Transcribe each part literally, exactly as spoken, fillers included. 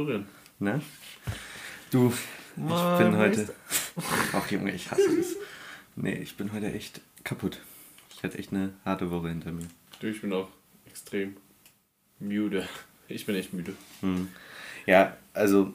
Florian. Na? Du, ich Mann, bin heute... Ach Junge, ich hasse es. Nee, ich bin heute echt kaputt. Ich hatte echt eine harte Woche hinter mir. Du, ich bin auch extrem müde. Ich bin echt müde. Hm. Ja, also...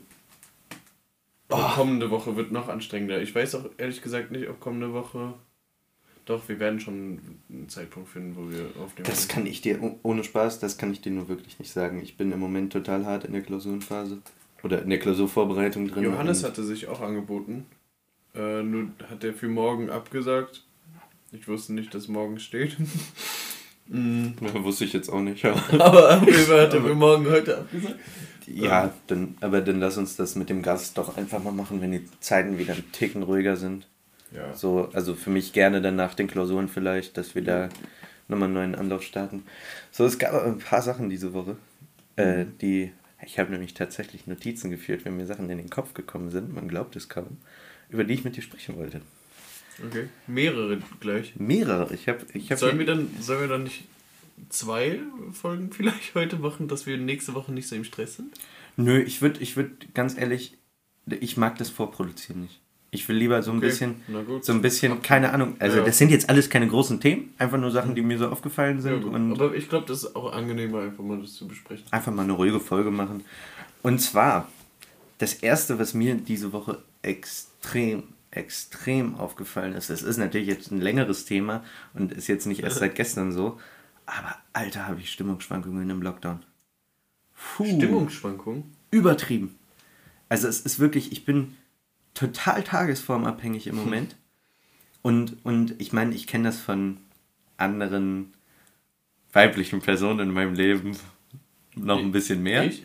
Oh. Kommende Woche wird noch anstrengender. Ich weiß auch ehrlich gesagt nicht, ob kommende Woche... Doch, wir werden schon einen Zeitpunkt finden, wo wir aufnehmen. Das kann ich dir, ohne Spaß, das kann ich dir nur wirklich nicht sagen. Ich bin im Moment total hart in der Klausurenphase. Oder in der Klausurvorbereitung drin. Johannes hatte sich auch angeboten. Äh, nur hat er für morgen abgesagt. Ich wusste nicht, dass morgen steht. mhm. Ja, wusste ich jetzt auch nicht. Ja. Aber auf jeden Fall hat er für morgen heute abgesagt. Ja, dann, aber dann lass uns das mit dem Gast doch einfach mal machen, wenn die Zeiten wieder ein Ticken ruhiger sind. Ja. So, also für mich gerne dann nach den Klausuren vielleicht, dass wir da nochmal einen neuen Anlauf starten. So, es gab ein paar Sachen diese Woche, äh, die, ich habe nämlich tatsächlich Notizen geführt, wenn mir Sachen in den Kopf gekommen sind, man glaubt es kaum, über die ich mit dir sprechen wollte. Okay, mehrere gleich. Mehrere, ich habe... Ich hab sollen, wir dann, sollen wir dann nicht zwei Folgen vielleicht heute machen, dass wir nächste Woche nicht so im Stress sind? Nö, ich würde, ich würd, ganz ehrlich, ich mag das Vorproduzieren nicht. Ich will lieber so ein okay. bisschen, so ein bisschen, keine Ahnung, also ja. Das sind jetzt alles keine großen Themen, einfach nur Sachen, die mir so aufgefallen sind. Ja, und aber ich glaube, das ist auch angenehmer, einfach mal das zu besprechen. Einfach mal eine ruhige Folge machen. Und zwar, das Erste, was mir diese Woche extrem, extrem aufgefallen ist, das ist natürlich jetzt ein längeres Thema und ist jetzt nicht erst seit gestern so, aber Alter, habe ich Stimmungsschwankungen im Lockdown. Puh. Stimmungsschwankungen? Übertrieben. Also es ist wirklich, ich bin... total tagesformabhängig im Moment. Und, und ich meine, ich kenne das von anderen weiblichen Personen in meinem Leben noch ein bisschen mehr. Ich?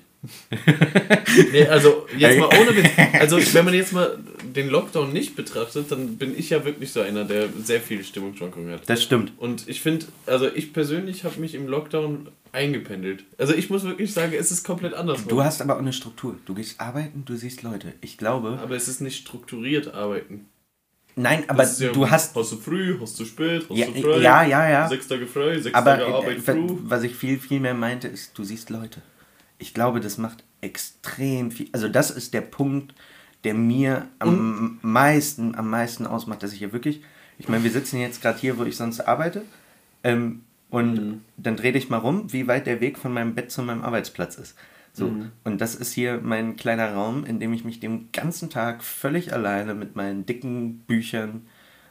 Nee, also jetzt mal ohne Witz. Also wenn man jetzt mal den Lockdown nicht betrachtet, dann bin ich ja wirklich so einer, der sehr viele Stimmungsschwankungen hat. Das stimmt. Und ich finde, also ich persönlich habe mich im Lockdown eingependelt. Also ich muss wirklich sagen, es ist komplett anders. Du hast aber auch eine Struktur. Du gehst arbeiten, du siehst Leute. Ich glaube... Aber es ist nicht strukturiert arbeiten. Nein, aber ja, du hast... Hast du früh, hast du spät, hast ja, du frei. Ja, ja, ja. Sechs Tage frei, sechs aber Tage Arbeit früh. Was ich viel, viel mehr meinte, ist, du siehst Leute. Ich glaube, das macht extrem viel... Also das ist der Punkt, der mir am Und? meisten, am meisten ausmacht, dass ich ja wirklich... Ich meine, wir sitzen jetzt gerade hier, wo ich sonst arbeite. Ähm, und mhm. dann dreh dich mal rum, wie weit der Weg von meinem Bett zu meinem Arbeitsplatz ist. So. Mhm. Und das ist hier mein kleiner Raum, in dem ich mich den ganzen Tag völlig alleine mit meinen dicken Büchern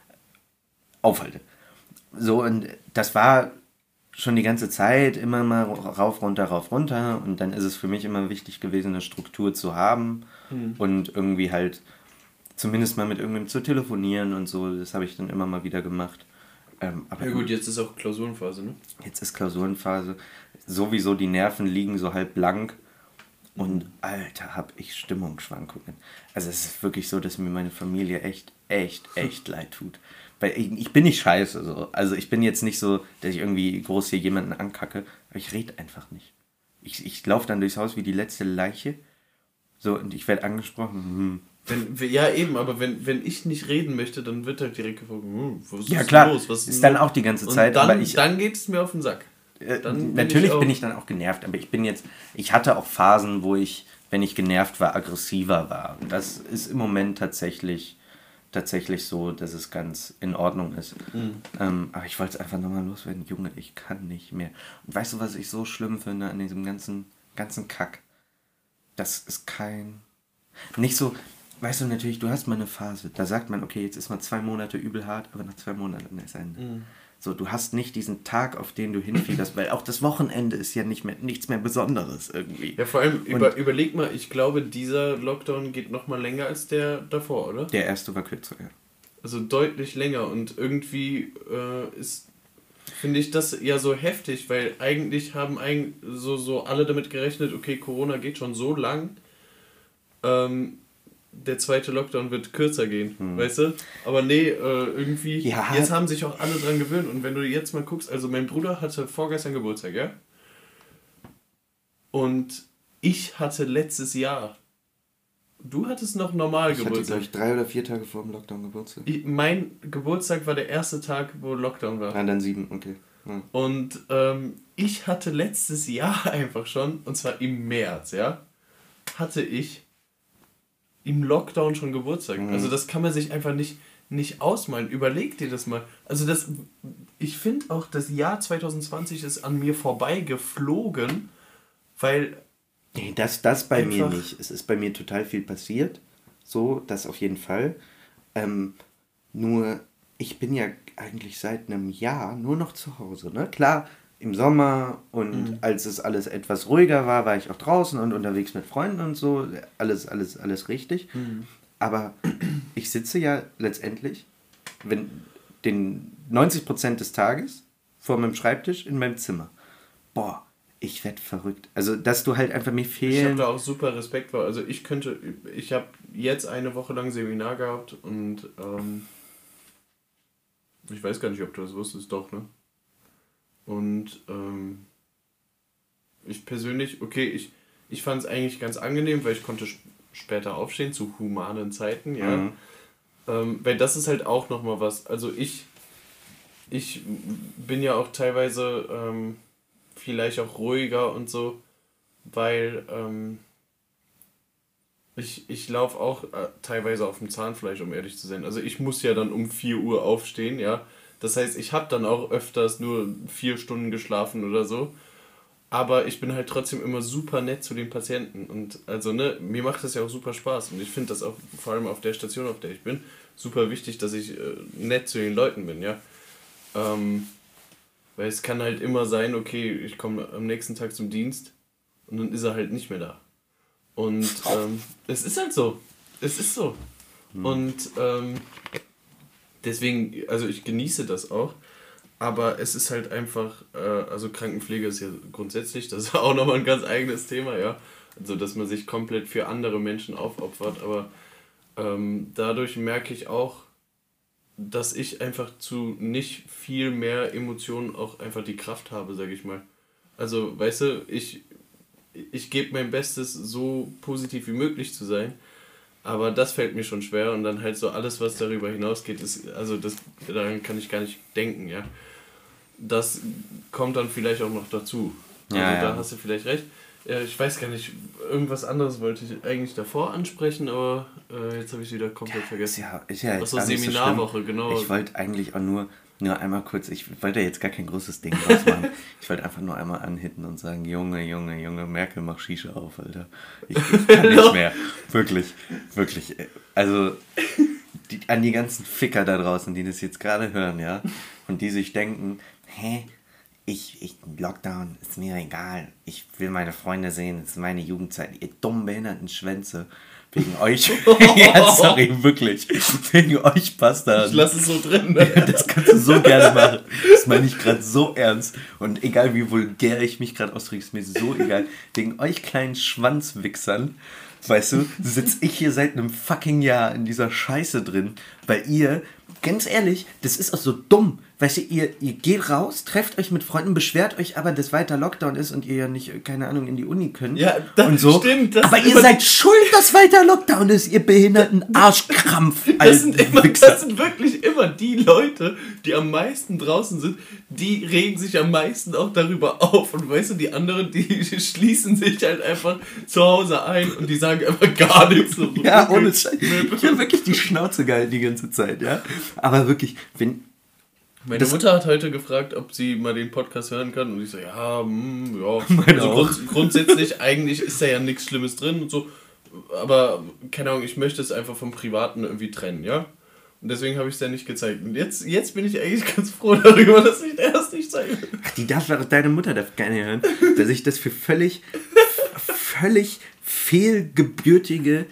aufhalte. So, und das war schon die ganze Zeit immer mal rauf, runter, rauf, runter. Und dann ist es für mich immer wichtig gewesen, eine Struktur zu haben mhm. und irgendwie halt zumindest mal mit irgendjemandem zu telefonieren und so. Das habe ich dann immer mal wieder gemacht. Ähm, aber ja gut, jetzt ist auch Klausurenphase, ne? Jetzt ist Klausurenphase. Sowieso die Nerven liegen so halb blank. Und Alter, hab ich Stimmungsschwankungen. Also es ist wirklich so, dass mir meine Familie echt, echt, echt leid tut. Weil ich, ich bin nicht scheiße. So. Also ich bin jetzt nicht so, dass ich irgendwie groß hier jemanden ankacke. Aber ich rede einfach nicht. Ich, ich laufe dann durchs Haus wie die letzte Leiche. So, und ich werde angesprochen. Hm. Wenn, ja, eben, aber wenn, wenn ich nicht reden möchte, dann wird halt direkt gefragt, hm, was ist ja, klar, los? Was ist, ist dann auch die ganze Zeit. Und dann, aber ich, dann geht es mir auf den Sack. Dann bin natürlich ich bin ich dann auch genervt, aber ich bin jetzt, ich hatte auch Phasen, wo ich, wenn ich genervt war, aggressiver war. Und das ist im Moment tatsächlich, tatsächlich so, dass es ganz in Ordnung ist. Mhm. Ähm, aber ich wollte es einfach nochmal loswerden. Junge, ich kann nicht mehr. Und weißt du, was ich so schlimm finde an diesem ganzen, ganzen Kack? Das ist kein... Nicht so... Weißt du, natürlich, du hast mal eine Phase, da sagt man, okay, jetzt ist mal zwei Monate übel hart, aber nach zwei Monaten ist Ende. Mhm. So, du hast nicht diesen Tag, auf den du hinfieberst, weil auch das Wochenende ist ja nicht mehr, nichts mehr Besonderes irgendwie. Ja, vor allem, über, überleg mal, ich glaube, dieser Lockdown geht noch mal länger als der davor, oder? Der erste war kürzer, ja. Also deutlich länger und irgendwie äh, ist, finde ich das ja so heftig, weil eigentlich haben eigentlich so, so alle damit gerechnet, okay, Corona geht schon so lang, ähm, der zweite Lockdown wird kürzer gehen, hm. weißt du? Aber nee, äh, irgendwie, ja. Jetzt haben sich auch alle dran gewöhnt. Und wenn du jetzt mal guckst, also mein Bruder hatte vorgestern Geburtstag, ja? Und ich hatte letztes Jahr, du hattest noch normal ich Geburtstag. Ich hatte, glaube ich, drei oder vier Tage vor dem Lockdown Geburtstag. Ich, mein Geburtstag war der erste Tag, wo Lockdown war. Ja, dann sieben, okay. Ja. Und ähm, ich hatte letztes Jahr einfach schon, und zwar im März, ja? oft hatte ich im Lockdown schon Geburtstag. Mhm. Also das kann man sich einfach nicht, nicht ausmalen. Überleg dir das mal. Also das, ich finde auch, das Jahr zwanzig zwanzig ist an mir vorbeigeflogen, weil... Nee, das, das bei mir nicht. Es ist bei mir total viel passiert. So, das auf jeden Fall. Ähm, nur, ich bin ja eigentlich seit einem Jahr nur noch zu Hause. Ne? Klar, im Sommer und mhm. als es alles etwas ruhiger war, war ich auch draußen und unterwegs mit Freunden und so. Alles, alles, alles richtig. Mhm. Aber ich sitze ja letztendlich, wenn den neunzig Prozent des Tages vor meinem Schreibtisch in meinem Zimmer. Boah, ich werd verrückt. Also, dass du halt einfach mir fehlen... Ich habe da auch super Respekt vor. Also, ich könnte... Ich habe jetzt eine Woche lang Seminar gehabt und ähm, ich weiß gar nicht, ob du das wusstest. Doch, ne? Und ähm, ich persönlich... Okay, ich, ich fand es eigentlich ganz angenehm, weil ich konnte sp- später aufstehen, zu humanen Zeiten, ja. Mhm. Ähm, weil das ist halt auch nochmal was. Also, ich... Ich bin ja auch teilweise... Ähm, vielleicht auch ruhiger und so, weil ähm, ich, ich laufe auch äh, teilweise auf dem Zahnfleisch, um ehrlich zu sein. Also ich muss ja dann um vier Uhr aufstehen, ja. Das heißt, ich habe dann auch öfters nur vier Stunden geschlafen oder so. Aber ich bin halt trotzdem immer super nett zu den Patienten. Und also, ne, mir macht das ja auch super Spaß. Und ich finde das auch, vor allem auf der Station, auf der ich bin, super wichtig, dass ich äh, nett zu den Leuten bin, ja. Ähm, Weil es kann halt immer sein, okay, ich komme am nächsten Tag zum Dienst und dann ist er halt nicht mehr da. Und ähm, es ist halt so. Es ist so. Hm. Und ähm, deswegen, also ich genieße das auch, aber es ist halt einfach, äh, also Krankenpflege ist ja grundsätzlich, das ist auch nochmal ein ganz eigenes Thema, ja. Also dass man sich komplett für andere Menschen aufopfert, aber ähm, dadurch merke ich auch, dass ich einfach zu nicht viel mehr Emotionen auch einfach die Kraft habe, sag ich mal. Also, weißt du, ich, ich gebe mein Bestes, so positiv wie möglich zu sein, aber das fällt mir schon schwer und dann halt so alles, was darüber hinausgeht, ist, also das, daran kann ich gar nicht denken, ja. Das kommt dann vielleicht auch noch dazu. Also ja, ja. Da hast du vielleicht recht. Ja, ich weiß gar nicht, irgendwas anderes wollte ich eigentlich davor ansprechen, aber äh, jetzt habe ich es wieder komplett vergessen. Ja, ist ja Achso, Seminarwoche, so genau. Ich wollte eigentlich auch nur, nur einmal kurz, ich wollte jetzt gar kein großes Ding draus machen. Ich wollte einfach nur einmal anhitten und sagen, Junge, Junge, Junge, Merkel, mach Shisha auf, Alter. Ich, ich kann nicht mehr. Wirklich, wirklich. Also, die, an die ganzen Ficker da draußen, die das jetzt gerade hören, ja, und die sich denken, hä? Ich, ich, Lockdown, ist mir egal. Ich will meine Freunde sehen, es ist meine Jugendzeit. Ihr dummen behinderten Schwänze. Wegen euch. Ja, sorry, wirklich. Wegen euch passt das. Ich lass es so drin. Ne? Ja, das kannst du so gerne machen. Das meine ich gerade so ernst. Und egal wie vulgär ich mich gerade ausdrücke, ist mir so egal. Wegen euch kleinen Schwanzwichsern, weißt du, sitze ich hier seit einem fucking Jahr in dieser Scheiße drin, weil ihr, ganz ehrlich, das ist auch so dumm. Weißt du, ihr, ihr geht raus, trefft euch mit Freunden, beschwert euch aber, dass weiter Lockdown ist und ihr ja nicht, keine Ahnung, in die Uni könnt. Ja, das und so. stimmt. Das aber ihr seid schuld, dass weiter Lockdown ist, ihr behinderten Arschkrampf. Das sind, immer, das sind wirklich immer die Leute, die am meisten draußen sind, die regen sich am meisten auch darüber auf. Und weißt du, die anderen, die schließen sich halt einfach zu Hause ein und die sagen einfach gar nichts. So ja, ohne Scheiß. Ich habe wirklich die Schnauze gehalten die ganze Zeit, ja. Aber wirklich, wenn... Meine das Mutter hat heute gefragt, ob sie mal den Podcast hören kann und ich so, ja, mm, ja. Also grund, grundsätzlich, eigentlich ist da ja nichts Schlimmes drin und so, aber keine Ahnung, ich möchte es einfach vom Privaten irgendwie trennen, ja? Und deswegen habe ich es ja nicht gezeigt. Und jetzt, jetzt bin ich eigentlich ganz froh darüber, dass ich das nicht zeige. Ach, die darf, deine Mutter darf gerne hören, dass ich das für völlig, völlig fehlgebürtige,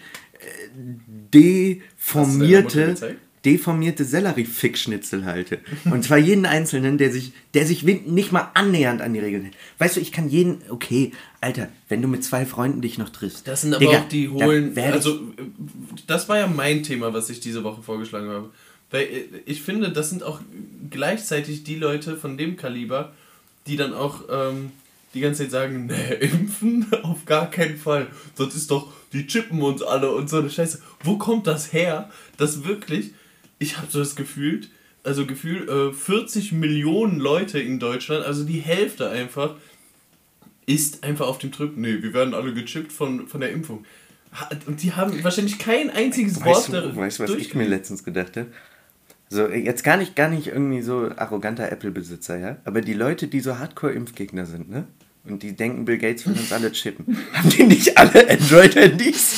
deformierte... deformierte Sellerie-Fick-Schnitzel halte. Und zwar jeden Einzelnen, der sich, der sich nicht mal annähernd an die Regeln hält. Weißt du, ich kann jeden, okay, Alter, wenn du mit zwei Freunden dich noch triffst. Das sind aber Digga, auch die hohlen, also das war ja mein Thema, was ich diese Woche vorgeschlagen habe. Weil ich finde, das sind auch gleichzeitig die Leute von dem Kaliber, die dann auch ähm, die ganze Zeit sagen, ne, impfen auf gar keinen Fall. Sonst ist doch, die chippen uns alle und so eine Scheiße. Wo kommt das her, dass wirklich... Ich habe so das Gefühl, also Gefühl, äh, vierzig Millionen Leute in Deutschland, also die Hälfte einfach, ist einfach auf dem Trip, nee, wir werden alle gechippt von, von der Impfung. Und die haben wahrscheinlich kein einziges Wort da. Weißt du, was ich mir letztens gedacht habe? So, jetzt gar nicht, gar nicht irgendwie so arroganter Apple-Besitzer, ja? Aber die Leute, die so Hardcore-Impfgegner sind, ne? Und die denken, Bill Gates will uns alle chippen. Haben die nicht alle Android-Handys?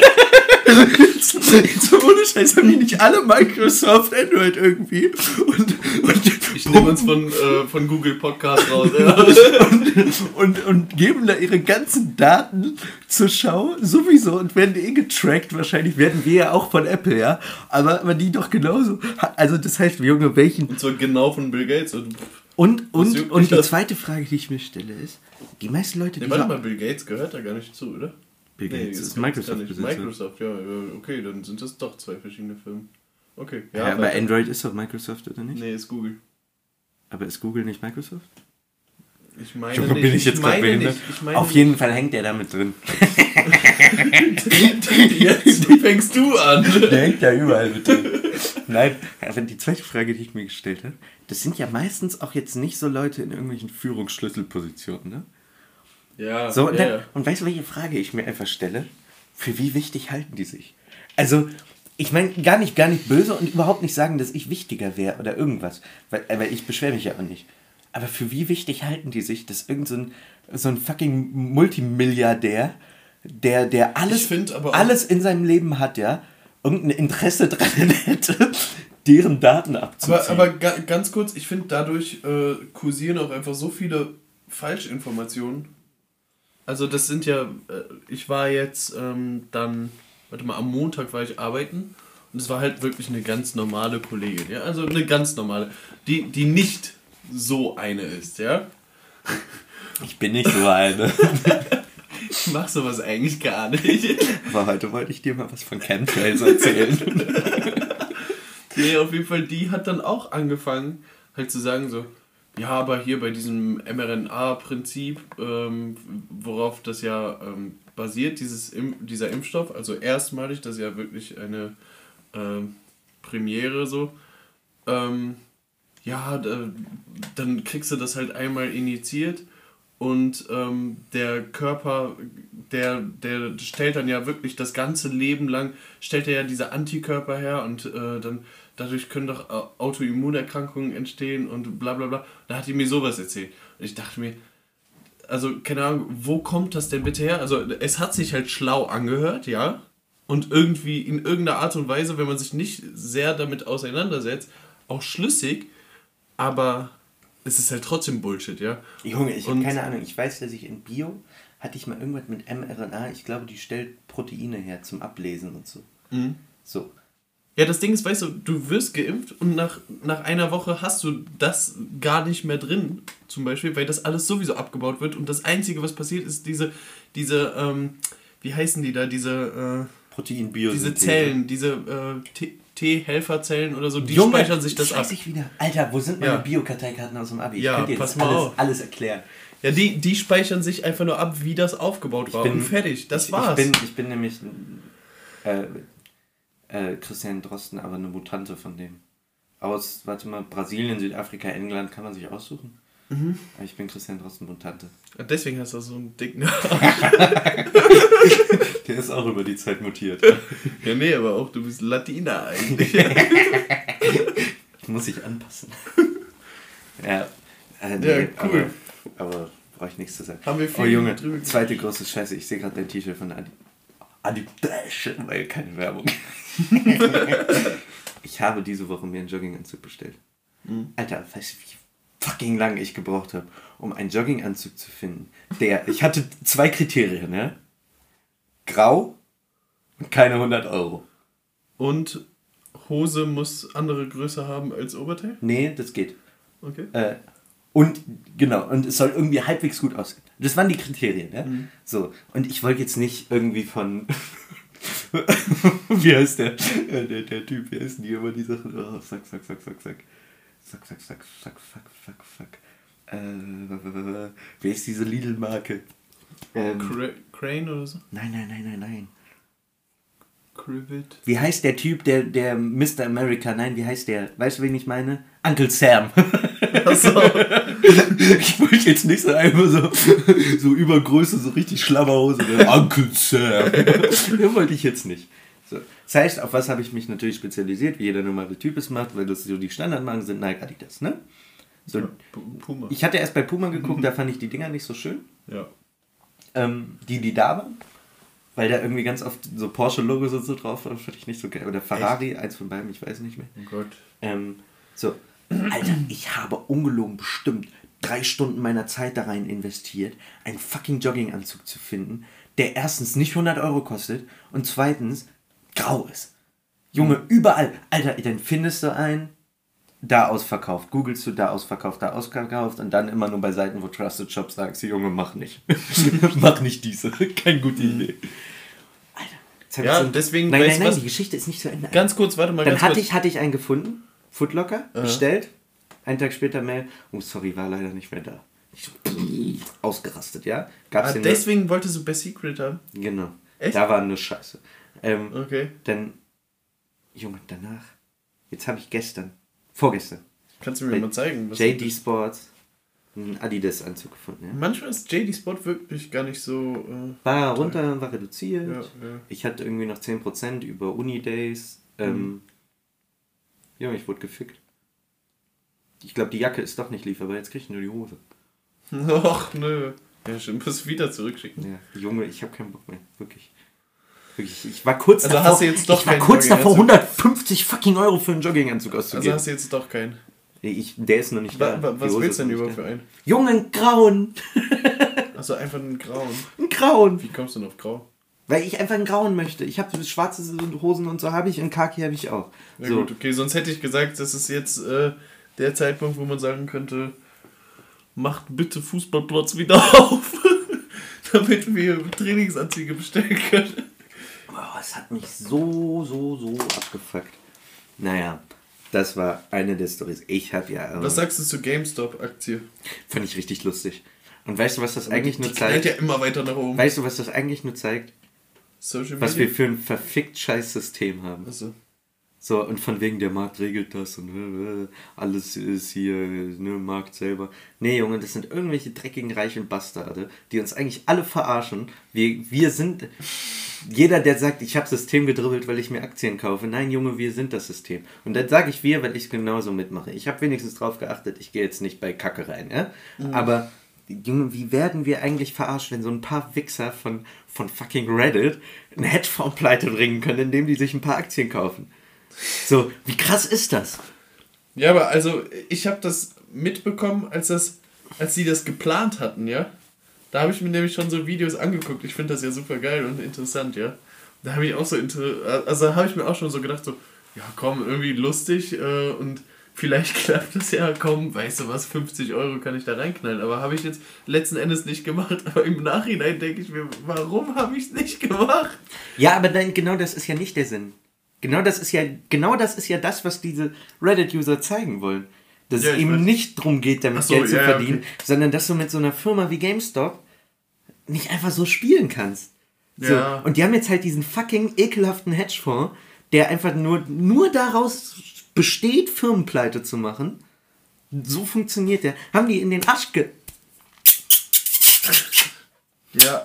So ohne Scheiß, haben die nicht alle Microsoft Android irgendwie? Und, und ich nehme uns von, äh, von Google Podcast raus. Ja. und, und, und geben da ihre ganzen Daten zur Schau sowieso und werden eh getrackt. Wahrscheinlich werden wir ja auch von Apple, ja. Aber, aber die doch genauso. Also das heißt, Junge, welchen... Und zwar genau von Bill Gates. Und, und, und, und die zweite Frage, die ich mir stelle, ist, die meisten Leute... Nee, warte mal, Bill Gates gehört da gar nicht zu, oder? Bill Gates nee, ist Microsoft. Microsoft, ja, okay, dann sind das doch zwei verschiedene Firmen. Okay. Ja, ja, aber Android ist doch Microsoft, oder nicht? Nee, ist Google. Aber ist Google nicht Microsoft? Ich meine Schon, nicht. Bin ich jetzt ich meine nicht. Ich meine Auf nicht. jeden Fall hängt der damit drin. Jetzt fängst du an. Der hängt da überall mit drin. Nein, aber die zweite Frage, die ich mir gestellt habe, das sind ja meistens auch jetzt nicht so Leute in irgendwelchen Führungsschlüsselpositionen, ne? Ja, so, und, ja, dann, ja. Und weißt du, welche Frage ich mir einfach stelle? Für wie wichtig halten die sich? Also, ich meine, gar nicht, gar nicht böse und überhaupt nicht sagen, dass ich wichtiger wäre oder irgendwas. Weil, weil ich beschwere mich ja auch nicht. Aber für wie wichtig halten die sich, dass irgend so ein, so ein fucking Multimilliardär, der, der alles, alles in seinem Leben hat, ja, irgendein Interesse dran hätte, deren Daten abzuziehen. Aber, aber ga, ganz kurz, ich finde, dadurch äh, kursieren auch einfach so viele Falschinformationen. Also das sind ja, ich war jetzt ähm, dann, warte mal, am Montag war ich arbeiten und es war halt wirklich eine ganz normale Kollegin, ja, also eine ganz normale, die, die nicht so eine ist, ja. Ich bin nicht so eine. Ich mach sowas eigentlich gar nicht. Aber heute wollte ich dir mal was von Chemtrails erzählen. Nee, auf jeden Fall, die hat dann auch angefangen, halt zu sagen so, ja, aber hier bei diesem mRNA-Prinzip, ähm, worauf das ja ähm, basiert, dieses Im- dieser Impfstoff, also erstmalig, das ist ja wirklich eine ähm, Premiere so, ähm, ja, da, dann kriegst du das halt einmal injiziert und ähm, der Körper, der, der stellt dann ja wirklich das ganze Leben lang, stellt er ja diese Antikörper her und äh, dann dadurch können doch Autoimmunerkrankungen entstehen und bla bla bla. Da hat die mir sowas erzählt. Und ich dachte mir, also keine Ahnung, wo kommt das denn bitte her? Also es hat sich halt schlau angehört, ja. Und irgendwie in irgendeiner Art und Weise, wenn man sich nicht sehr damit auseinandersetzt, auch schlüssig, aber es ist halt trotzdem Bullshit, ja. Junge, ich habe keine Ahnung. Ich weiß, dass ich in Bio hatte ich mal irgendwas mit mRNA. Ich glaube, die stellt Proteine her zum Ablesen und so. Mhm. So. Ja, das Ding ist, weißt du, du wirst geimpft und nach, nach einer Woche hast du das gar nicht mehr drin, zum Beispiel, weil das alles sowieso abgebaut wird und das Einzige, was passiert, ist diese, diese, ähm, wie heißen die da, diese, äh, Proteinbiosynthese. diese Zellen, diese, äh, T- T-Helferzellen oder so, die Junge, speichern sich das, das weiß ab. Ich wieder. Alter, wo sind meine ja. Biokarteikarten aus dem Abi? Ich ja, könnte dir pass das mal alles, auf. alles erklären. Ja, die, die speichern sich einfach nur ab, wie das aufgebaut war bin, und fertig, das ich, war's. Ich bin, ich bin nämlich äh, äh, Christian Drosten, aber eine Mutante von dem. Aus, warte mal, Brasilien, Südafrika, England, kann man sich aussuchen. Mhm. Aber ich bin Christian Drosten, Mutante. Deswegen hast du so einen dicken Arsch. Der ist auch über die Zeit mutiert. Ja, nee, aber auch du bist Latina eigentlich. Muss ich anpassen. Ja, äh, nee, ja, cool. Aber, aber brauche ich nichts zu sagen. Haben wir viel oh Junge, drüber zweite große Scheiße. Ich sehe gerade dein T-Shirt von Adi. Adidas, weil keine Werbung. Ich habe diese Woche mir einen Jogginganzug bestellt. Mhm. Alter, weißt du, wie fucking lange ich gebraucht habe, um einen Jogginganzug zu finden? Der, ich hatte zwei Kriterien, ne? Grau und keine hundert Euro. Und Hose muss andere Größe haben als Oberteil? Nee, das geht. Okay. Äh, und genau, und es soll irgendwie halbwegs gut aussehen. Das waren die Kriterien, ne? Mhm. So, und ich wollte jetzt nicht irgendwie von wie heißt der? Äh, der? Der Typ, wie heißen die immer die Sachen? Oh, fuck, fuck, fuck, fuck, fuck. Fuck, fuck, fuck, fuck, fuck, fuck, fuck. Äh, wie ist diese Lidl-Marke? Ähm, Cra- Crane oder so? Nein, nein, nein, nein, nein. Cribbit. Wie heißt der Typ, der, der Mister America, nein, wie heißt der? Weißt du, wen ich meine? Uncle Sam. Achso. Ich wollte jetzt nicht so einfach so, so Übergröße, so richtig Schlammerhose. Uncle Sam. Das wollte ich jetzt nicht. So. Das heißt, auf was habe ich mich natürlich spezialisiert, wie jeder normale Typ es macht, weil das so die Standardmarken sind, Nike, Adidas, ne? So, ja, Puma. Ich hatte erst bei Puma geguckt, da fand ich die Dinger nicht so schön. Ja. Ähm, die, die da waren, weil da irgendwie ganz oft so Porsche-Logos und so drauf waren, fand ich nicht so geil. Oder Ferrari, Echt? Eins von beiden, ich weiß nicht mehr. Oh Gott. Ähm, so, Alter, ich habe ungelogen bestimmt drei Stunden meiner Zeit da rein investiert, einen fucking Jogginganzug zu finden, der erstens nicht hundert Euro kostet und zweitens grau ist. Junge, überall. Alter, dann findest du einen, da ausverkauft. Googelst du, da ausverkauft, da ausverkauft und dann immer nur bei Seiten, wo Trusted Shop sagst, Junge, mach nicht. Mach nicht diese. Keine gute Idee. Alter. Ja, so deswegen... Nein, nein, nein, was? Die Geschichte ist nicht zu Ende. Ganz kurz, warte mal. Dann ganz hatte kurz. ich, hatte ich einen gefunden, Footlocker, Aha. bestellt. Einen Tag später Mail, oh sorry, war leider nicht mehr da. Ich so, ausgerastet, ja? Gab's ah, den deswegen nur? Wolltest du Best Secret haben? Genau. Echt? Da war nur Scheiße. Ähm, okay. Dann, Junge, danach, jetzt habe ich gestern, vorgestern, kannst du mir mal zeigen? Was J D Sports, einen Adidas-Anzug gefunden. Ja? Manchmal ist J D Sport wirklich gar nicht so... Äh, war runter, war reduziert. Ja, ja. Ich hatte irgendwie noch zehn Prozent über Uni-Days. Ähm, mhm. Ja, ich wurde gefickt. Ich glaube, die Jacke ist doch nicht lieferbar, jetzt krieg ich nur die Hose. Och, nö. Ja, schon muss wieder zurückschicken. Ja, Junge, ich habe keinen Bock mehr. Wirklich. Wirklich. Ich war kurz also davor, hast du jetzt doch ich war kurz davor, hundertfünfzig fucking Euro für einen Jogginganzug auszugeben. Also hast du jetzt doch keinen. Ich, der ist noch nicht da. Wa- was willst du denn überhaupt für einen? Jungen, grauen. Achso, einfach einen grauen. Einen grauen. Wie kommst du denn auf grau? Weil ich einfach einen grauen möchte. Ich habe schwarze Hosen und so habe ich und Kaki habe ich auch. Ja so. gut, okay, sonst hätte ich gesagt, das ist jetzt äh, der Zeitpunkt, wo man sagen könnte, macht bitte Fußballplatz wieder auf, damit wir Trainingsanzüge bestellen können. Oh, es hat mich so, so, so abgefuckt. Naja, das war eine der Storys. Ich habe ja... Äh, was sagst du zur GameStop-Aktie? Fand ich richtig lustig. Und weißt du, was das Aber eigentlich die, nur die zeigt? ja immer weiter nach oben. Weißt du, was das eigentlich nur zeigt? Social Media? Was wir für ein verfickt scheiß System haben. Also. So, und von wegen der Markt regelt das und äh, alles ist hier, ne, Markt selber. Nee, Junge, das sind irgendwelche dreckigen, reichen Bastarde, die uns eigentlich alle verarschen. Wir, wir sind... Jeder, der sagt, ich habe System gedribbelt, weil ich mir Aktien kaufe. Nein, Junge, wir sind das System. Und dann sage ich wir, weil ich genauso mitmache. Ich habe wenigstens drauf geachtet, ich gehe jetzt nicht bei Kacke rein. Ja? Mhm. Aber, Junge, wie werden wir eigentlich verarscht, wenn so ein paar Wichser von, von fucking Reddit eine Hedgefonds pleite bringen können, indem die sich ein paar Aktien kaufen? So, wie krass ist das? Ja, aber also, ich habe das mitbekommen, als das, als sie das geplant hatten, ja? Da habe ich mir nämlich schon so Videos angeguckt. Ich finde das ja super geil und interessant, ja. Da habe ich auch so, inter- also habe ich mir auch schon so gedacht, so, ja komm, irgendwie lustig äh, und vielleicht klappt das ja, komm, weißt du was, fünfzig Euro kann ich da reinknallen. Aber habe ich jetzt letzten Endes nicht gemacht. Aber im Nachhinein denke ich mir, warum habe ich es nicht gemacht? Ja, aber dann, genau das ist ja nicht der Sinn. Genau das ist ja, genau das ist ja das, was diese Reddit-User zeigen wollen. Dass ja, es eben weiß. nicht darum geht, damit so, Geld zu ja, verdienen, okay. sondern dass du mit so einer Firma wie GameStop nicht einfach so spielen kannst. So. Ja. Und die haben jetzt halt diesen fucking ekelhaften Hedgefonds, der einfach nur, nur daraus besteht, Firmenpleite zu machen. So funktioniert der. Haben die in den Arsch ge... Ja.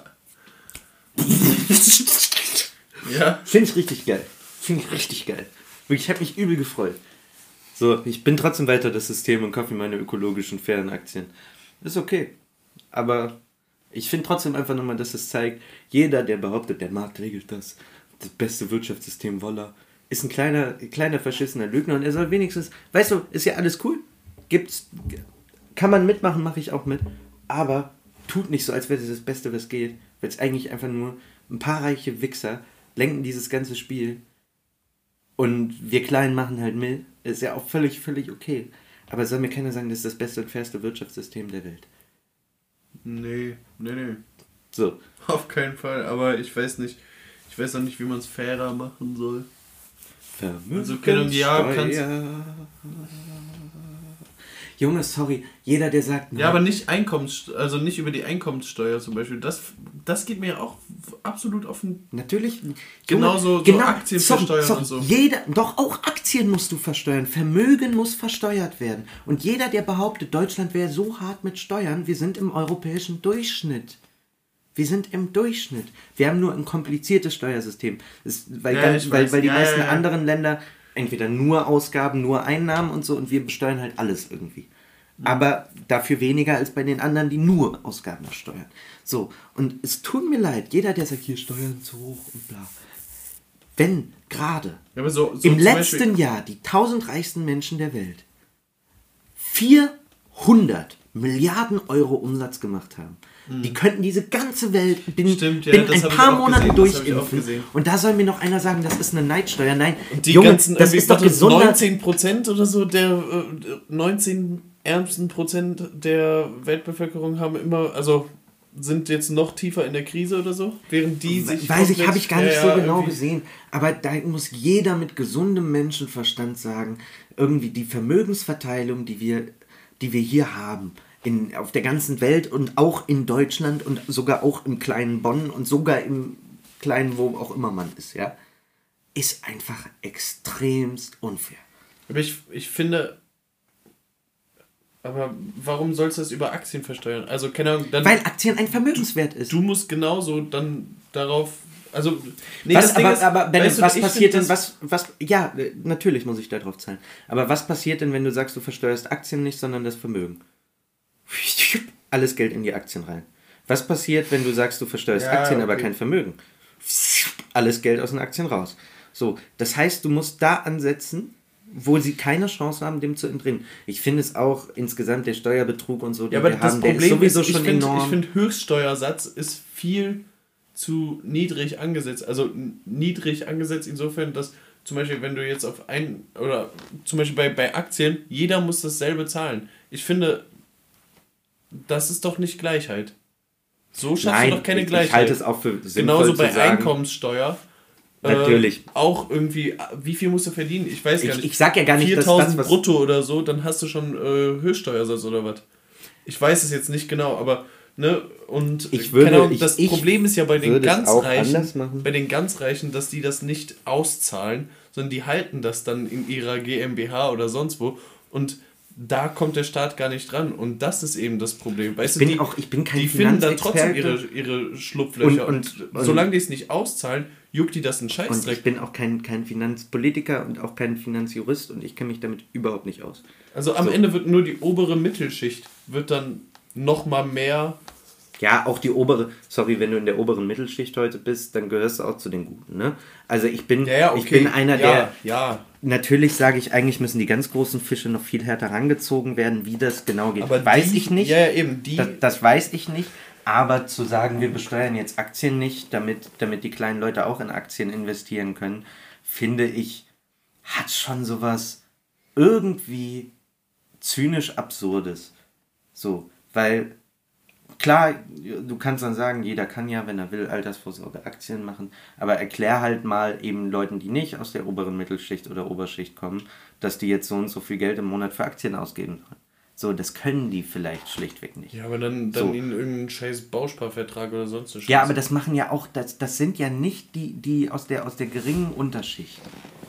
ja. Finde ich richtig geil. Finde ich richtig geil. Ich habe mich übel gefreut. So, ich bin trotzdem weiter das System und kaufe mir meine ökologischen, fairen Aktien. Ist okay. Aber ich finde trotzdem einfach nochmal, dass es zeigt, jeder, der behauptet, der Markt regelt das, das beste Wirtschaftssystem voller, ist ein kleiner, kleiner verschissener Lügner und er soll wenigstens, weißt du, ist ja alles cool, gibt's, kann man mitmachen, mache ich auch mit, aber tut nicht so, als wäre das das Beste, was geht, weil es eigentlich einfach nur ein paar reiche Wichser lenken dieses ganze Spiel und wir Kleinen machen halt mit, ist ja auch völlig, völlig okay, aber soll mir keiner sagen, das ist das beste und fairste Wirtschaftssystem der Welt. Nee, nee, nee. So. Auf keinen Fall, aber ich weiß nicht, ich weiß auch nicht, wie man es fairer machen soll. Also, keine Ahnung, ja, kannst... Junge, sorry, jeder, der sagt... Ja, aber nicht Einkommens, also nicht über die Einkommenssteuer zum Beispiel. Das, das geht mir auch absolut offen. Natürlich. Genauso so genau, Aktien sorry, versteuern sorry, und so. Jeder, doch auch Aktien musst du versteuern. Vermögen muss versteuert werden. Und jeder, der behauptet, Deutschland wäre so hart mit Steuern, wir sind im europäischen Durchschnitt. Wir sind im Durchschnitt. Wir haben nur ein kompliziertes Steuersystem. Das, weil, Ja, ganz, weil, weil die ja, meisten ja, ja. anderen Länder entweder nur Ausgaben, nur Einnahmen und so und wir besteuern halt alles irgendwie. Aber dafür weniger als bei den anderen, die nur Ausgaben steuern. So, und es tut mir leid, jeder, der sagt, hier Steuern zu hoch und bla. Wenn gerade Ja, aber so, so im zum letzten Beispiel, Jahr die tausend reichsten Menschen der Welt vierhundert Milliarden Euro Umsatz gemacht haben, die könnten diese ganze Welt binnen, Stimmt, ja, binnen das ein hab ich paar auch Monaten gesehen, das hab ich auch durchimpfen. gesehen. Und da soll mir noch einer sagen, das ist eine Neidsteuer. Nein, Und die Junge, ganzen, das ist doch gesunder... neunzehn Prozent oder so der äh, neunzehn ärmsten Prozent der Weltbevölkerung haben immer, also sind jetzt noch tiefer in der Krise oder so, während die sich Weiß ich, komplett- habe ich gar nicht ja, so ja, genau irgendwie- gesehen. Aber da muss jeder mit gesundem Menschenverstand sagen, irgendwie die Vermögensverteilung, die wir, die wir hier haben, in, auf der ganzen Welt und auch in Deutschland und sogar auch im kleinen Bonn und sogar im kleinen, wo auch immer man ist, ja, ist einfach extremst unfair. Aber ich, ich finde, aber warum sollst du das über Aktien versteuern? Also, keine Ahnung, dann... Weil Aktien ein Vermögenswert ist. Du musst genauso dann darauf, also... Nee, was, das Ding aber, ist, aber Ben, weißt du, was ich passiert find denn, was, was, ja, äh, natürlich muss ich da drauf zahlen. Aber was passiert denn, wenn du sagst, du versteuerst Aktien nicht, sondern das Vermögen? Alles Geld in die Aktien rein. Was passiert, wenn du sagst, du versteuerst Ja, Aktien, aber okay. kein Vermögen? Alles Geld aus den Aktien raus. So, das heißt, du musst da ansetzen, wo sie keine Chance haben, dem zu entrinnen. Ich finde es auch insgesamt der Steuerbetrug und so, den Ja, aber wir das haben, der ist Problem sowieso ist, ich schon finde, enorm. ich finde, Höchststeuersatz ist viel zu niedrig angesetzt. Also n- niedrig angesetzt insofern, dass zum Beispiel, wenn du jetzt auf ein, oder zum Beispiel bei, bei Aktien, jeder muss dasselbe zahlen. Ich finde, das ist doch nicht Gleichheit. So schaffst Nein, du doch keine ich, Gleichheit. ich halte es auch für sinnvoll Genauso zu bei sagen, Einkommenssteuer. äh, Natürlich. Auch irgendwie, wie viel musst du verdienen? Ich weiß gar Ich, nicht. ich sag ja gar nicht, dass viertausend das, was... brutto oder so, dann hast du schon äh, Höchststeuersatz oder was. Ich weiß es jetzt nicht genau, aber ne, und Ich würde- keine Ahnung, ich- das ich Problem ist ja bei den würde es ganz auch anders Reichen, machen. bei den ganz Reichen, dass die das nicht auszahlen, sondern die halten das dann in ihrer GmbH oder sonst wo und da kommt der Staat gar nicht dran und das ist eben das Problem. Weißt Ich du, bin die, auch- ich bin kein die finden dann trotzdem Finanzexperte. ihre, ihre Schlupflöcher und, Und- und- solange die es nicht auszahlen, juckt die das einen Und Scheißdreck. ich bin auch kein, kein Finanzpolitiker und auch kein Finanzjurist und ich kenne mich damit überhaupt nicht aus. Also am So. Ende wird nur die obere Mittelschicht wird dann noch mal mehr. Ja, auch die obere, sorry, wenn du in der oberen Mittelschicht heute bist, dann gehörst du auch zu den Guten, ne? Also ich bin, Ja, ja, okay. ich bin einer, ja, der, ja. natürlich sage ich, eigentlich müssen die ganz großen Fische noch viel härter rangezogen werden, wie das genau geht, Aber weiß die, ich nicht. Ja, ja, eben die. Das, das weiß ich nicht. Aber zu sagen, wir besteuern jetzt Aktien nicht, damit, damit die kleinen Leute auch in Aktien investieren können, finde ich, hat schon sowas irgendwie zynisch Absurdes. So, weil klar, du kannst dann sagen, jeder kann ja, wenn er will, Altersvorsorge Aktien machen, aber erklär halt mal eben Leuten, die nicht aus der oberen Mittelschicht oder Oberschicht kommen, dass die jetzt so und so viel Geld im Monat für Aktien ausgeben sollen. So, das können die vielleicht schlichtweg nicht. ja, aber dann, dann So. ihnen irgendeinen scheiß Bausparvertrag oder sonst so. Ja, aber das machen ja auch, das, das sind ja nicht die, die aus der, aus der geringen Unterschicht.